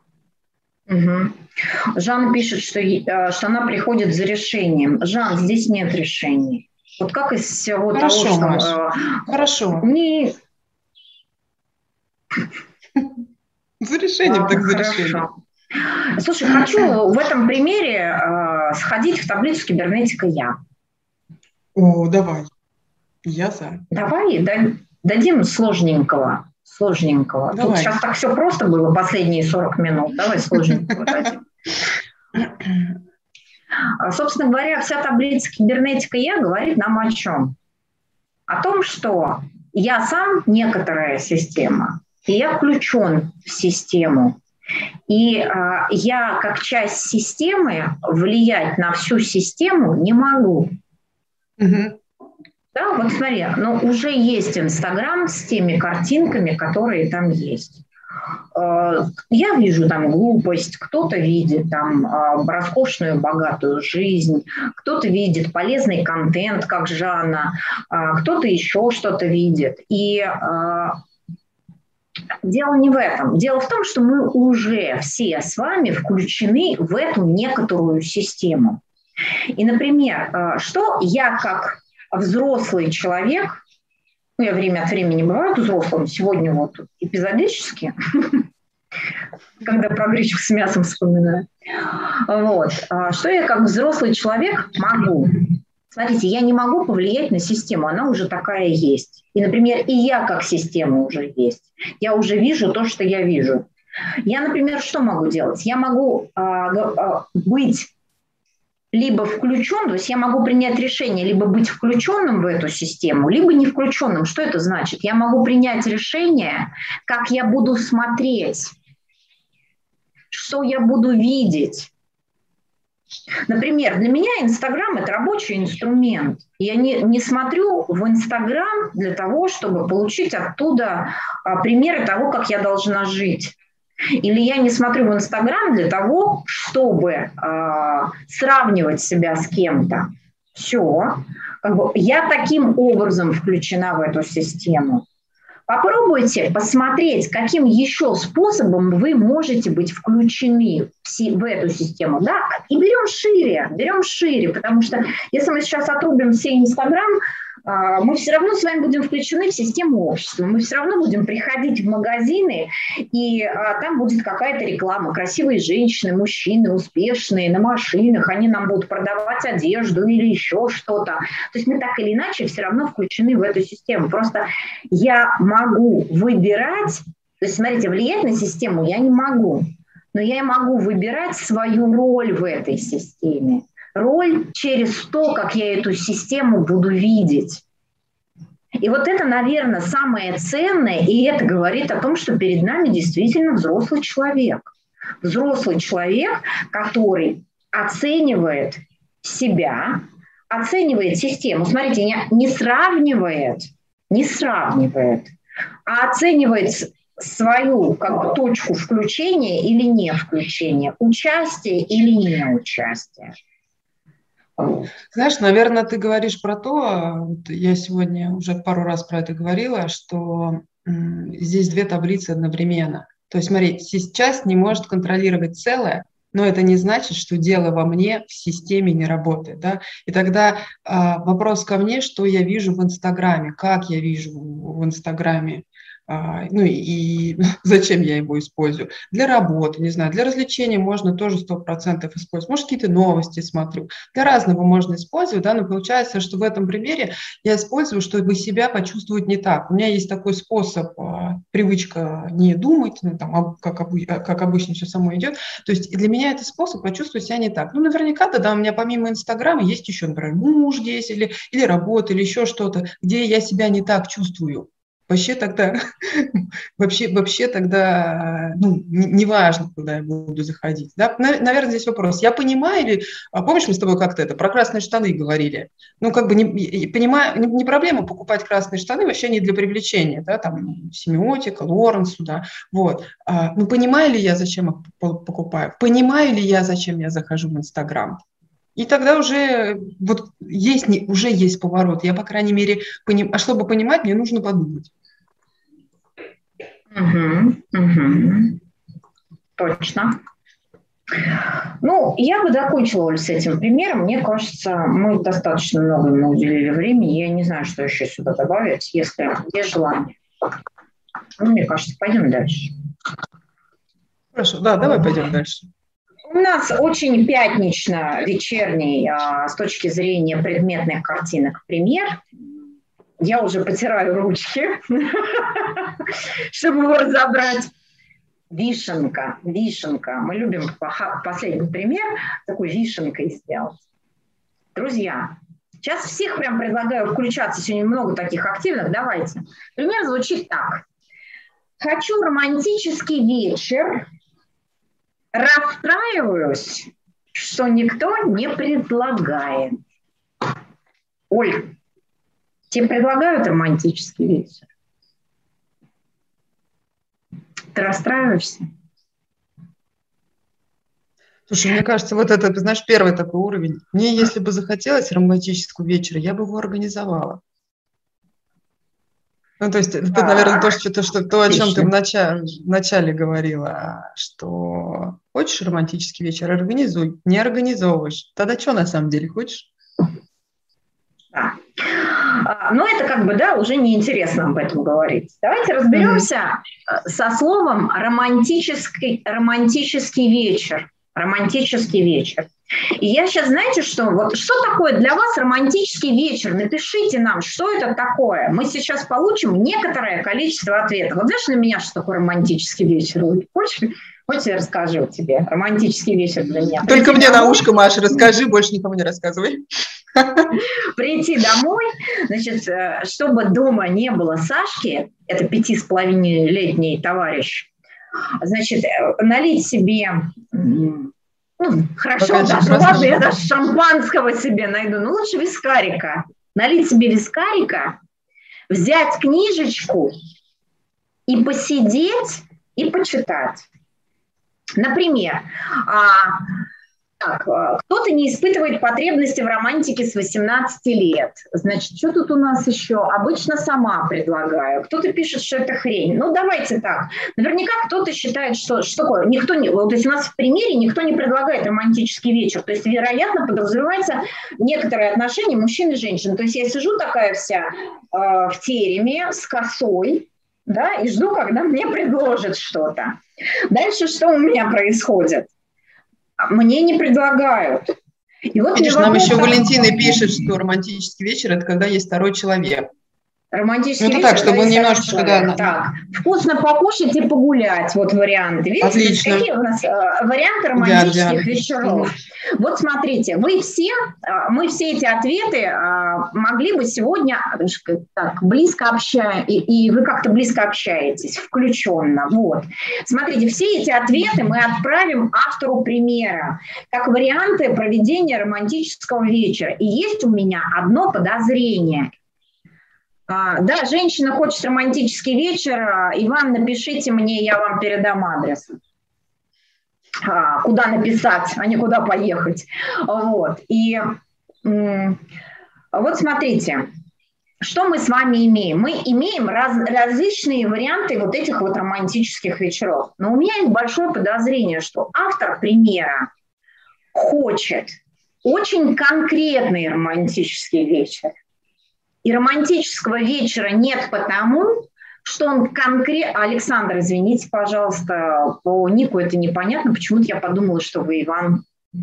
Угу. Жан пишет, что, что она приходит за решением. Жан, здесь нет решений. Вот как из всего Хорошо, того, что... Маша. Хорошо. Не... За решением, Ладно, так за хорошо. решением. Слушай, хочу в этом примере э, сходить в таблицу кибернетика Я. О, давай. Я за. Давай дадим сложненького. Сложненького. Давай. Тут сейчас так все просто было последние сорок минут. Давай сложненького дадим. Собственно говоря, вся таблица кибернетика Я говорит нам о чем? О том, что я сам некоторая система, и я включен в систему. И а, я, как часть системы, влиять на всю систему не могу. Угу. Да, вот смотри, но уже есть Инстаграм с теми картинками, которые там есть. Я вижу там глупость, кто-то видит там роскошную, богатую жизнь, кто-то видит полезный контент, как Жанна, кто-то еще что-то видит. И дело не в этом. Дело в том, что мы уже все с вами включены в эту некоторую систему. И, например, что я как взрослый человек, ну, я время от времени бываю взрослым, сегодня вот эпизодически, когда про гречку с мясом вспоминаю. Вот. Что я как взрослый человек могу? Смотрите, я не могу повлиять на систему, она уже такая есть. И, например, и я как система уже есть. Я уже вижу то, что я вижу. Я, например, что могу делать? Я могу а, а, быть либо включен, то есть я могу принять решение либо быть включенным в эту систему, либо не включенным. Что это значит? Я могу принять решение, как я буду смотреть, что я буду видеть. Например, для меня Инстаграм – это рабочий инструмент. Я не, не смотрю в Инстаграм для того, чтобы получить оттуда а, примеры того, как я должна жить. Или я не смотрю в Инстаграм для того, чтобы э, сравнивать себя с кем-то. Все. Как бы я таким образом включена в эту систему. Попробуйте посмотреть, каким еще способом вы можете быть включены в эту систему. Да? И берем шире, берем шире, потому что если мы сейчас отрубим все Инстаграм, мы все равно с вами будем включены в систему общества. Мы все равно будем приходить в магазины, и а, там будет какая-то реклама. Красивые женщины, мужчины, успешные, на машинах. Они нам будут продавать одежду или еще что-то. То есть мы так или иначе все равно включены в эту систему. Просто я могу выбирать, то есть, смотрите, влиять на систему я не могу, но я могу выбирать свою роль в этой системе. роль через то, как я эту систему буду видеть. И вот это, наверное, самое ценное, и это говорит о том, что перед нами действительно взрослый человек. Взрослый человек, который оценивает себя, оценивает систему. Смотрите, не, не сравнивает, не сравнивает, а оценивает свою как бы, точку включения или не включения, участие или не участие. Знаешь, наверное, ты говоришь про то, вот я сегодня уже пару раз про это говорила, что м, здесь две таблицы одновременно. То есть, смотри, часть не может контролировать целое, но это не значит, что дело во мне в системе не работает. Да? И тогда а, вопрос ко мне, что я вижу в Инстаграме, как я вижу в Инстаграме, а, ну и, и зачем я его использую. Для работы, не знаю, для развлечения можно тоже сто процентов использовать. Может, какие-то новости смотрю. Для разного можно использовать, да, но получается, что в этом примере я использую, чтобы себя почувствовать не так. У меня есть такой способ, а, привычка не думать, ну, там, как, обы, как обычно все само идет. То есть для меня это способ почувствовать себя не так. Ну, наверняка, да, у меня помимо Инстаграма есть еще, например, муж здесь, или, или работа, или еще что-то, где я себя не так чувствую. Вообще тогда, вообще, вообще тогда, ну, неважно, куда я буду заходить. Да? Наверное, здесь вопрос. Я понимаю или... Помнишь, мы с тобой как-то это про красные штаны говорили? Ну, как бы не, понимаю, не проблема покупать красные штаны, вообще не для привлечения, да, там, семиотика, Лоренсу, да, вот. А, ну, понимаю ли я, зачем их покупаю? Понимаю ли я, зачем я захожу в Инстаграм? И тогда уже вот есть, уже есть поворот. Я, по крайней мере, поним... а чтобы понимать, мне нужно подумать. Угу, угу. Точно. Ну, я бы закончила, Оль, с этим примером. Мне кажется, мы достаточно много ему уделили времени. Я не знаю, что еще сюда добавить, если есть желание. Ну, мне кажется, пойдем дальше. Хорошо, да, давай пойдем дальше. У нас очень пятнично-вечерний а, с точки зрения предметных картинок пример. Я уже потираю ручки, чтобы его разобрать. Вишенка, вишенка. Мы любим последний пример такой вишенкой сделать. Друзья, сейчас всех прям предлагаю включаться. Сегодня много таких активных. Давайте. Пример звучит так. Хочу романтический вечер. Расстраиваюсь, что никто не предлагает. Оль, тебе предлагают романтический вечер? Ты расстраиваешься? Слушай, мне кажется, вот это, знаешь, первый такой уровень. Мне, если бы захотелось романтического вечера, я бы его организовала. Ну, то есть это, наверное, то, что, что, то о чем ты в начале, в начале говорила, что хочешь романтический вечер, организуй. Не организовываешь. Тогда что на самом деле хочешь? Да. Но это как бы, да, уже неинтересно об этом говорить. Давайте разберемся mm-hmm. со словом романтический, романтический вечер. Романтический вечер. И я сейчас, знаете, что? Вот что такое для вас романтический вечер? Напишите нам, что это такое. Мы сейчас получим некоторое количество ответов. Вот знаешь для меня, что такое романтический вечер? Хочешь, хочешь я расскажу тебе? Романтический вечер для меня. Только Прийти мне домой. На ушко, Маша, расскажи, больше никому не рассказывай. Прийти домой, значит, чтобы дома не было Сашки, это пяти с половиной летний товарищ, значит, налить себе... Ну, хорошо, Покажи, даже ладно, я даже шампанского себе найду, но лучше вискарика. Налить себе вискарика, взять книжечку и посидеть и почитать. Например, так, кто-то не испытывает потребности в романтике с восемнадцати лет. Значит, что тут у нас еще? Обычно сама предлагаю. Кто-то пишет, что это хрень. Ну, давайте так. Наверняка кто-то считает, что, что такое. Никто не, вот, то есть у нас в примере никто не предлагает романтический вечер. То есть, вероятно, подразумевается некоторые отношения мужчин и женщин. То есть я сижу такая вся э, в тереме с косой, да, и жду, когда мне предложат что-то. Дальше что у меня происходит? Мне не предлагают. И вот Видишь, нам еще так... Валентина пишет, что романтический вечер – это когда есть второй человек. Романтический Ну, это вечер. так, чтобы он немножечко, да. Так, вкусно покушать и погулять, вот варианты. Видите, Отлично. какие у нас э, варианты романтических Да, да. вечеров? Угу. Вот смотрите, вы все, э, мы все эти ответы э, могли бы сегодня так, близко общаем, и, и вы как-то близко общаетесь, включенно. Вот. Смотрите, все эти ответы мы отправим автору примера, как варианты проведения романтического вечера. И есть у меня одно подозрение. А, да, женщина хочет романтический вечер. Иван, напишите мне, я вам передам адрес. А, куда написать, а не куда поехать. Вот. И м- вот смотрите, что мы с вами имеем? Мы имеем раз, различные варианты вот этих вот романтических вечеров. Но у меня есть большое подозрение, что автор примера хочет очень конкретный романтический вечер. И романтического вечера нет потому, что он конкретно... Александр, извините, пожалуйста, по нику это непонятно. Почему-то я подумала, что вы Иван.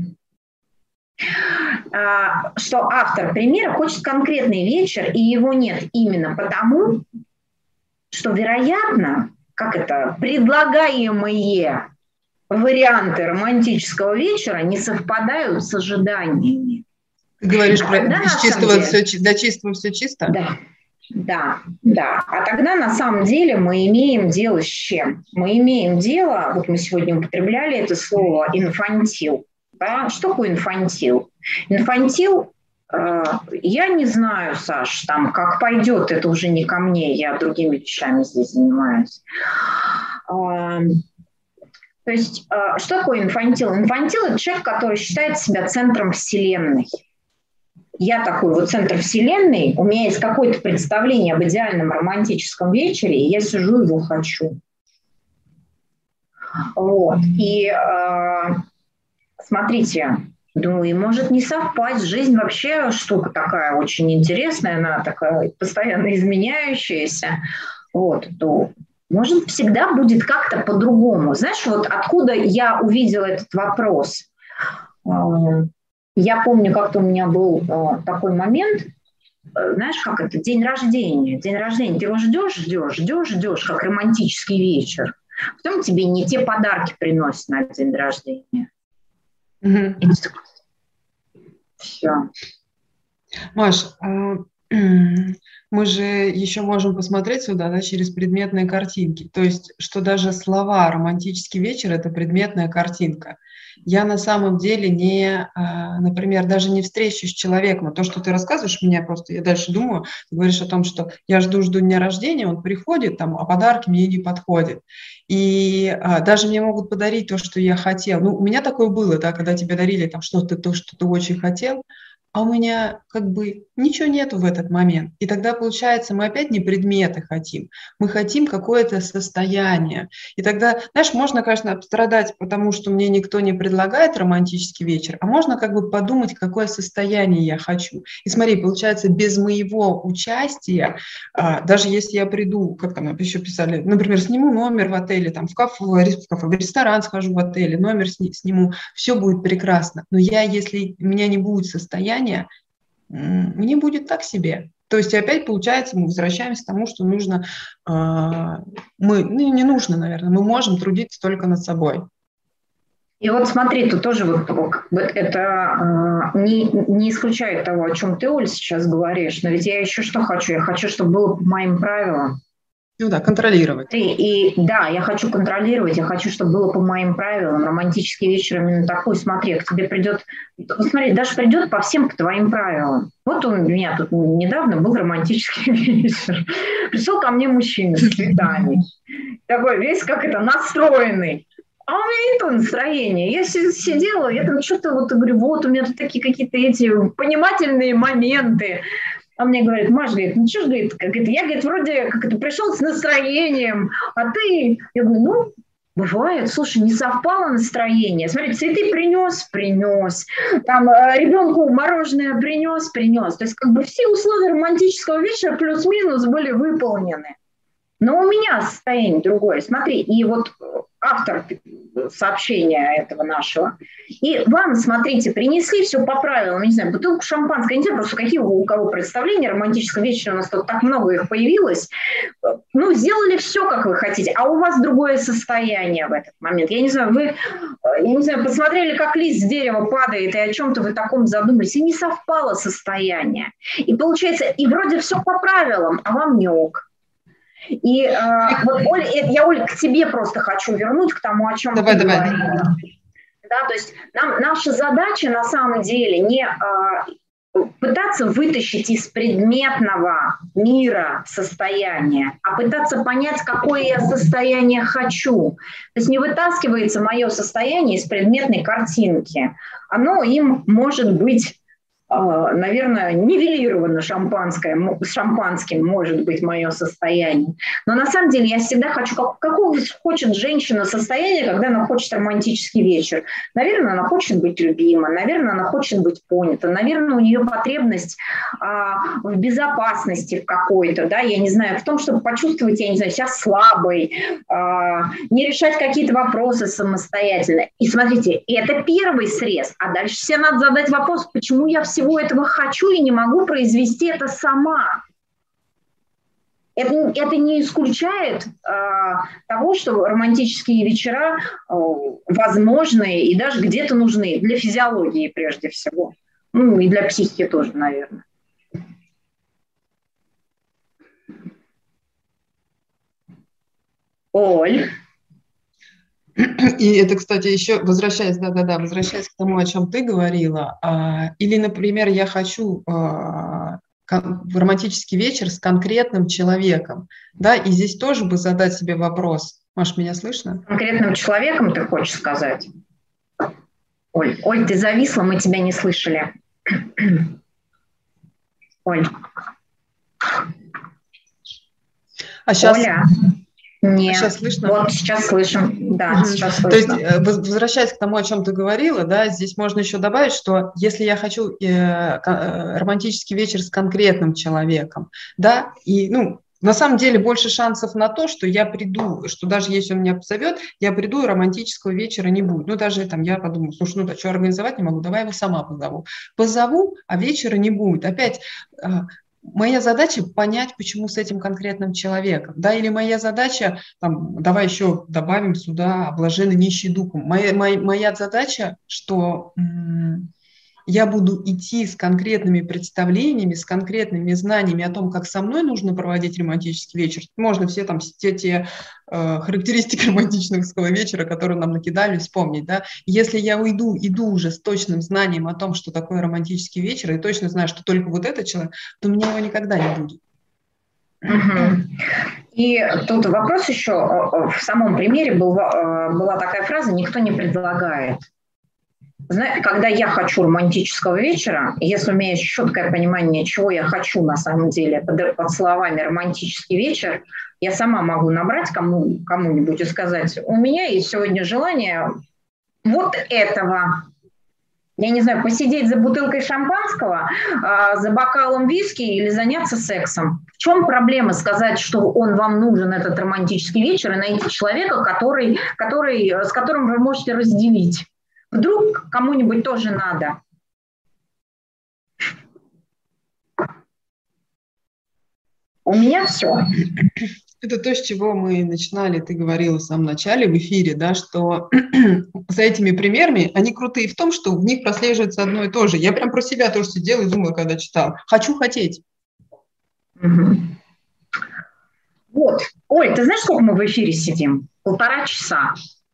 Что автор примера хочет конкретный вечер, и его нет именно потому, что, вероятно, как это, предлагаемые варианты романтического вечера не совпадают с ожиданиями. Ты говоришь а про из чистого все, до чистого все чисто? Да, да, да. А тогда на самом деле мы имеем дело с чем? Мы имеем дело, вот мы сегодня употребляли это слово инфантил. Да? Что такое инфантил? Инфантил, э, я не знаю, Саш, там как пойдет, это уже не ко мне, я другими вещами здесь занимаюсь. Э, то есть, э, что такое инфантил? Инфантил – это человек, который считает себя центром вселенной. Я такой вот центр вселенной, у меня есть какое-то представление об идеальном романтическом вечере, и я сижу его хочу. Вот. И э, смотрите, ну и может не совпасть. Жизнь вообще штука такая очень интересная, она такая постоянно изменяющаяся. Вот, то может всегда будет как-то по-другому. Знаешь, вот откуда я увидела этот вопрос? Я помню, как-то у меня был э, такой момент, э, знаешь, как это, день рождения. День рождения, ты его ждешь, ждешь, ждешь, ждешь, как романтический вечер. Потом тебе не те подарки приносят на день рождения. Mm-hmm. И ты такой, все. Маш, а, мы же еще можем посмотреть сюда, да, через предметные картинки. То есть, что даже слова «романтический вечер» – это предметная картинка. Я на самом деле не, например, даже не встречусь с человеком. То, что ты рассказываешь, меня просто, я дальше думаю, ты говоришь о том, что я жду-жду дня рождения, он приходит, там, а подарки мне не подходят. И а, даже мне могут подарить то, что я хотел. Ну, у меня такое было, да, когда тебе дарили там что-то, то, что ты очень хотел, а у меня как бы ничего нету в этот момент. И тогда, получается, мы опять не предметы хотим, мы хотим какое-то состояние. И тогда, знаешь, можно, конечно, страдать, потому что мне никто не предлагает романтический вечер, а можно как бы подумать, какое состояние я хочу. И смотри, получается, без моего участия, даже если я приду, как там еще писали, например, сниму номер в отеле, там, в кафе, в, кафе, в ресторан схожу в отеле, номер сниму, все будет прекрасно. Но я, если у меня не будет состояния, мне будет так себе. То есть опять получается, мы возвращаемся к тому, что нужно, э, мы, ну не нужно, наверное, мы можем трудиться только над собой. И вот смотри, тут тоже вот, вот это э, не, не исключает того, о чем ты, Оль, сейчас говоришь, но ведь я еще что хочу? Я хочу, чтобы было по моим правилам. Ну да, контролировать. И, и да, я хочу контролировать, я хочу, чтобы было по моим правилам. Романтический вечер именно такой, смотри, к тебе придет, смотри, даже придет по всем по твоим правилам. Вот он, у меня тут недавно был романтический вечер. Пришел ко мне мужчина с цветами. Такой весь, как это, настроенный. А у меня не то настроение. Я сидела, я там что-то вот говорю, вот у меня тут такие какие-то эти понимательные моменты. А мне говорит, Маш, говорит, ну что ж, говорит, как это, я, говорит, вроде как это пришел с настроением, а ты, я говорю, ну, бывает, слушай, не совпало настроение. Смотри, цветы принес, принес, там ребенку мороженое принес, принес. То есть как бы все условия романтического вечера плюс-минус были выполнены. Но у меня состояние другое. Смотри, и вот автор сообщения этого нашего. И вам, смотрите, принесли все по правилам, не знаю, бутылку шампанского, я не знаю просто, какие у кого представления романтического вечера, у нас тут так много их появилось. Ну, сделали все, как вы хотите, а у вас другое состояние в этот момент. Я не знаю, вы, я не знаю, посмотрели, как лист с дерева падает, и о чем-то вы таком задумались, и не совпало состояние. И получается, и вроде все по правилам, а вам не ок. И э, вот, Оля, я, Оля, к тебе просто хочу вернуть к тому, о чем давай, ты давай. говорила. Да, то есть нам, наша задача на самом деле не э, пытаться вытащить из предметного мира состояние, а пытаться понять, какое я состояние хочу. То есть не вытаскивается мое состояние из предметной картинки. Оно им может быть, наверное, нивелировано шампанское, шампанским может быть мое состояние. Но на самом деле я всегда хочу, как, какого хочет женщина состояние, когда она хочет романтический вечер. Наверное, она хочет быть любима, наверное, она хочет быть понята, наверное, у нее потребность а, в безопасности в какой-то, да, я не знаю, в том, чтобы почувствовать, я не знаю, себя слабой, а, не решать какие-то вопросы самостоятельно. И смотрите, это первый срез, а дальше себе надо задать вопрос, почему я все всего этого хочу и не могу произвести это сама. Это, это не исключает э, того, что романтические вечера э, возможны и даже где-то нужны для физиологии прежде всего. Ну и для психики тоже, наверное. Оль. И это, кстати, еще возвращаясь, да-да-да, возвращаясь к тому, о чем ты говорила, а, или, например, я хочу а, в романтический вечер с конкретным человеком, да, и здесь тоже бы задать себе вопрос. Маш, меня слышно? Конкретным человеком ты хочешь сказать? Оль, Оль, ты зависла, мы тебя не слышали. Оль. А сейчас... Оля. Нет, сейчас слышно? Вот сейчас слышим, да, угу. сейчас слышно. То есть, возвращаясь к тому, о чем ты говорила, да, здесь можно еще добавить, что если я хочу э, романтический вечер с конкретным человеком, да, и, ну, на самом деле больше шансов на то, что я приду, что даже если он меня позовет, я приду, и романтического вечера не будет. Ну, даже там я подумаю, слушай, ну, да, что организовать не могу, давай его сама позову. Позову, а вечера не будет. Опять... Моя задача понять, почему с этим конкретным человеком, да, или моя задача, там, давай еще добавим сюда блаженный нищий духом. Моя, моя, моя задача, что м- я буду идти с конкретными представлениями, с конкретными знаниями о том, как со мной нужно проводить романтический вечер. Можно все там те, те э, характеристики романтического вечера, которые нам накидали, вспомнить. Да? Если я уйду, иду уже с точным знанием о том, что такое романтический вечер, и точно знаю, что только вот этот человек, то у меня его никогда не будет. Угу. И тут вопрос еще, в самом примере был, была такая фраза «никто не предлагает». Знаете, когда я хочу романтического вечера, если у меня есть четкое понимание, чего я хочу на самом деле под, под словами «романтический вечер», я сама могу набрать кому, кому-нибудь и сказать, у меня есть сегодня желание вот этого. Я не знаю, посидеть за бутылкой шампанского, за бокалом виски или заняться сексом. В чем проблема сказать, что он вам нужен, этот романтический вечер, и найти человека, который, который, с которым вы можете разделить? Вдруг кому-нибудь тоже надо. У меня все. Это то, с чего мы начинали, ты говорила в самом начале в эфире, да, что за этими примерами, они крутые в том, что в них прослеживается одно и то же. Я прям про себя тоже сидела и думала, когда читала. Хочу хотеть. Угу. Вот. Оль, ты знаешь, сколько мы в эфире сидим? Полтора часа.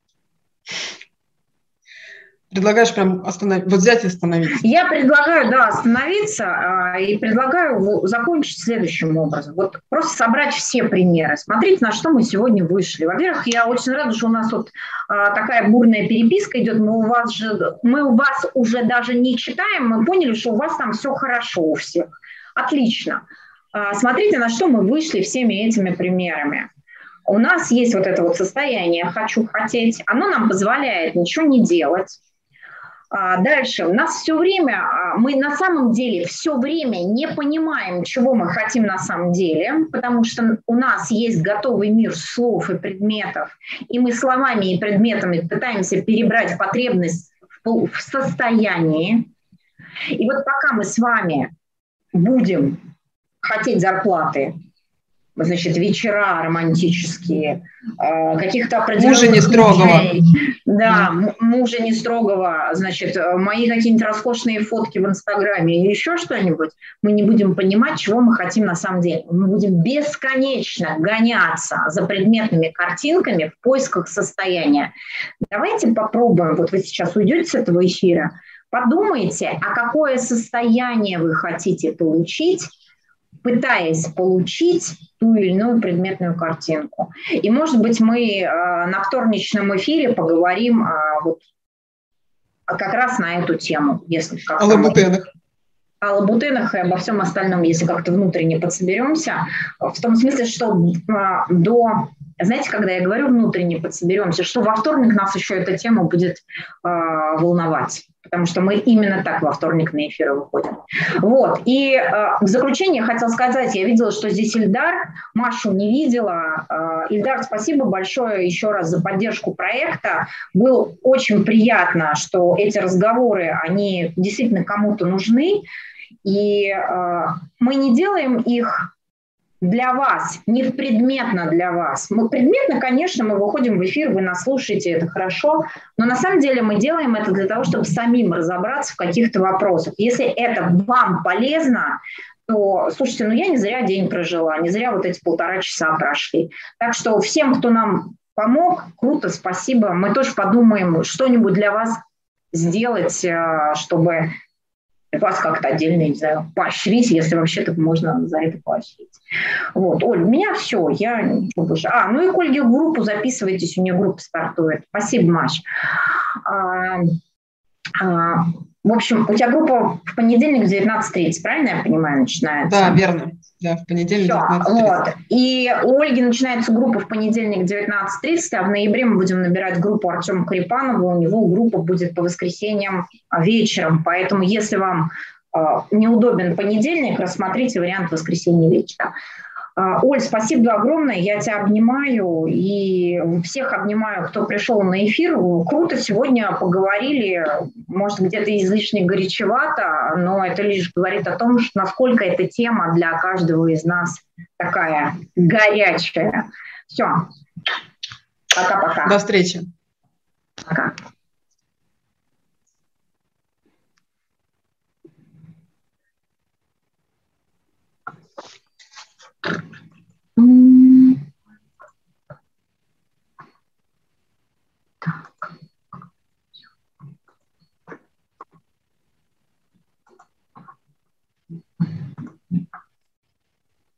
Предлагаешь прям остановить, вот взять и остановиться? Я предлагаю, да, остановиться э, и предлагаю закончить следующим образом. Вот просто собрать все примеры. Смотрите, на что мы сегодня вышли. Во-первых, я очень рада, что у нас вот э, такая бурная переписка идет. Мы у вас же, мы у вас уже даже не читаем, мы поняли, что у вас там все хорошо у всех. Отлично. Э, смотрите, на что мы вышли всеми этими примерами. У нас есть вот это вот состояние «хочу хотеть». Оно нам позволяет ничего не делать. Дальше. У нас все время, мы на самом деле все время не понимаем, чего мы хотим на самом деле, потому что у нас есть готовый мир слов и предметов, и мы словами и предметами пытаемся перебрать потребность в состоянии. И вот пока мы с вами будем хотеть зарплаты, значит, вечера романтические, каких-то определенных мужа не строгого. Да, мужа не строгого, значит, мои какие-нибудь роскошные фотки в Инстаграме или еще что-нибудь, мы не будем понимать, чего мы хотим на самом деле. Мы будем бесконечно гоняться за предметными картинками в поисках состояния. Давайте попробуем, вот вы сейчас уйдете с этого эфира, подумайте, а какое состояние вы хотите получить, пытаясь получить ту или иную предметную картинку. И, может быть, мы э, на вторничном эфире поговорим э, вот, как раз на эту тему. Если о лабутенах. О лабутенах и обо всем остальном, если как-то внутренне подсоберемся. В том смысле, что э, до... Знаете, когда я говорю внутренне подсоберемся, что во вторник нас еще эта тема будет э, волновать. Потому что мы именно так во вторник на эфиры выходим. Вот. И э, в заключение хотела сказать, я видела, что здесь Ильдар, Машу не видела. Э, Ильдар, спасибо большое еще раз за поддержку проекта. Было очень приятно, что эти разговоры, они действительно кому-то нужны. И э, мы не делаем их для вас, не предметно для вас. Мы предметно, конечно, мы выходим в эфир, вы нас слушаете, это хорошо, но на самом деле мы делаем это для того, чтобы самим разобраться в каких-то вопросах. Если это вам полезно, то, слушайте, ну я не зря день прожила, не зря вот эти полтора часа прошли. Так что всем, кто нам помог, круто, спасибо. Мы тоже подумаем, что-нибудь для вас сделать, чтобы вас как-то отдельно, не знаю, поощрить, если вообще-то можно за это поощрить. Вот, Оль, у меня все, я ничего больше. А, ну и к Ольге в группу записывайтесь, у нее группа стартует. Спасибо, Маш. А, а, в общем, у тебя группа в понедельник в девятнадцать тридцать, правильно я понимаю, начинается? Да, верно. Да, в понедельник в девятнадцать тридцать. Вот. И у Ольги начинается группа в понедельник в девятнадцать тридцать, а в ноябре мы будем набирать группу Артема Карипанова. У него группа будет по воскресеньям вечером. Поэтому, если вам э, неудобен понедельник, рассмотрите вариант воскресенья вечера. Э, Оль, спасибо огромное. Я тебя обнимаю и всех обнимаю, кто пришел на эфир. Круто сегодня поговорили. Может, где-то излишне горячевато, но это лишь говорит о том, что насколько эта тема для каждого из нас такая горячая. Все. Пока-пока. До встречи. Пока.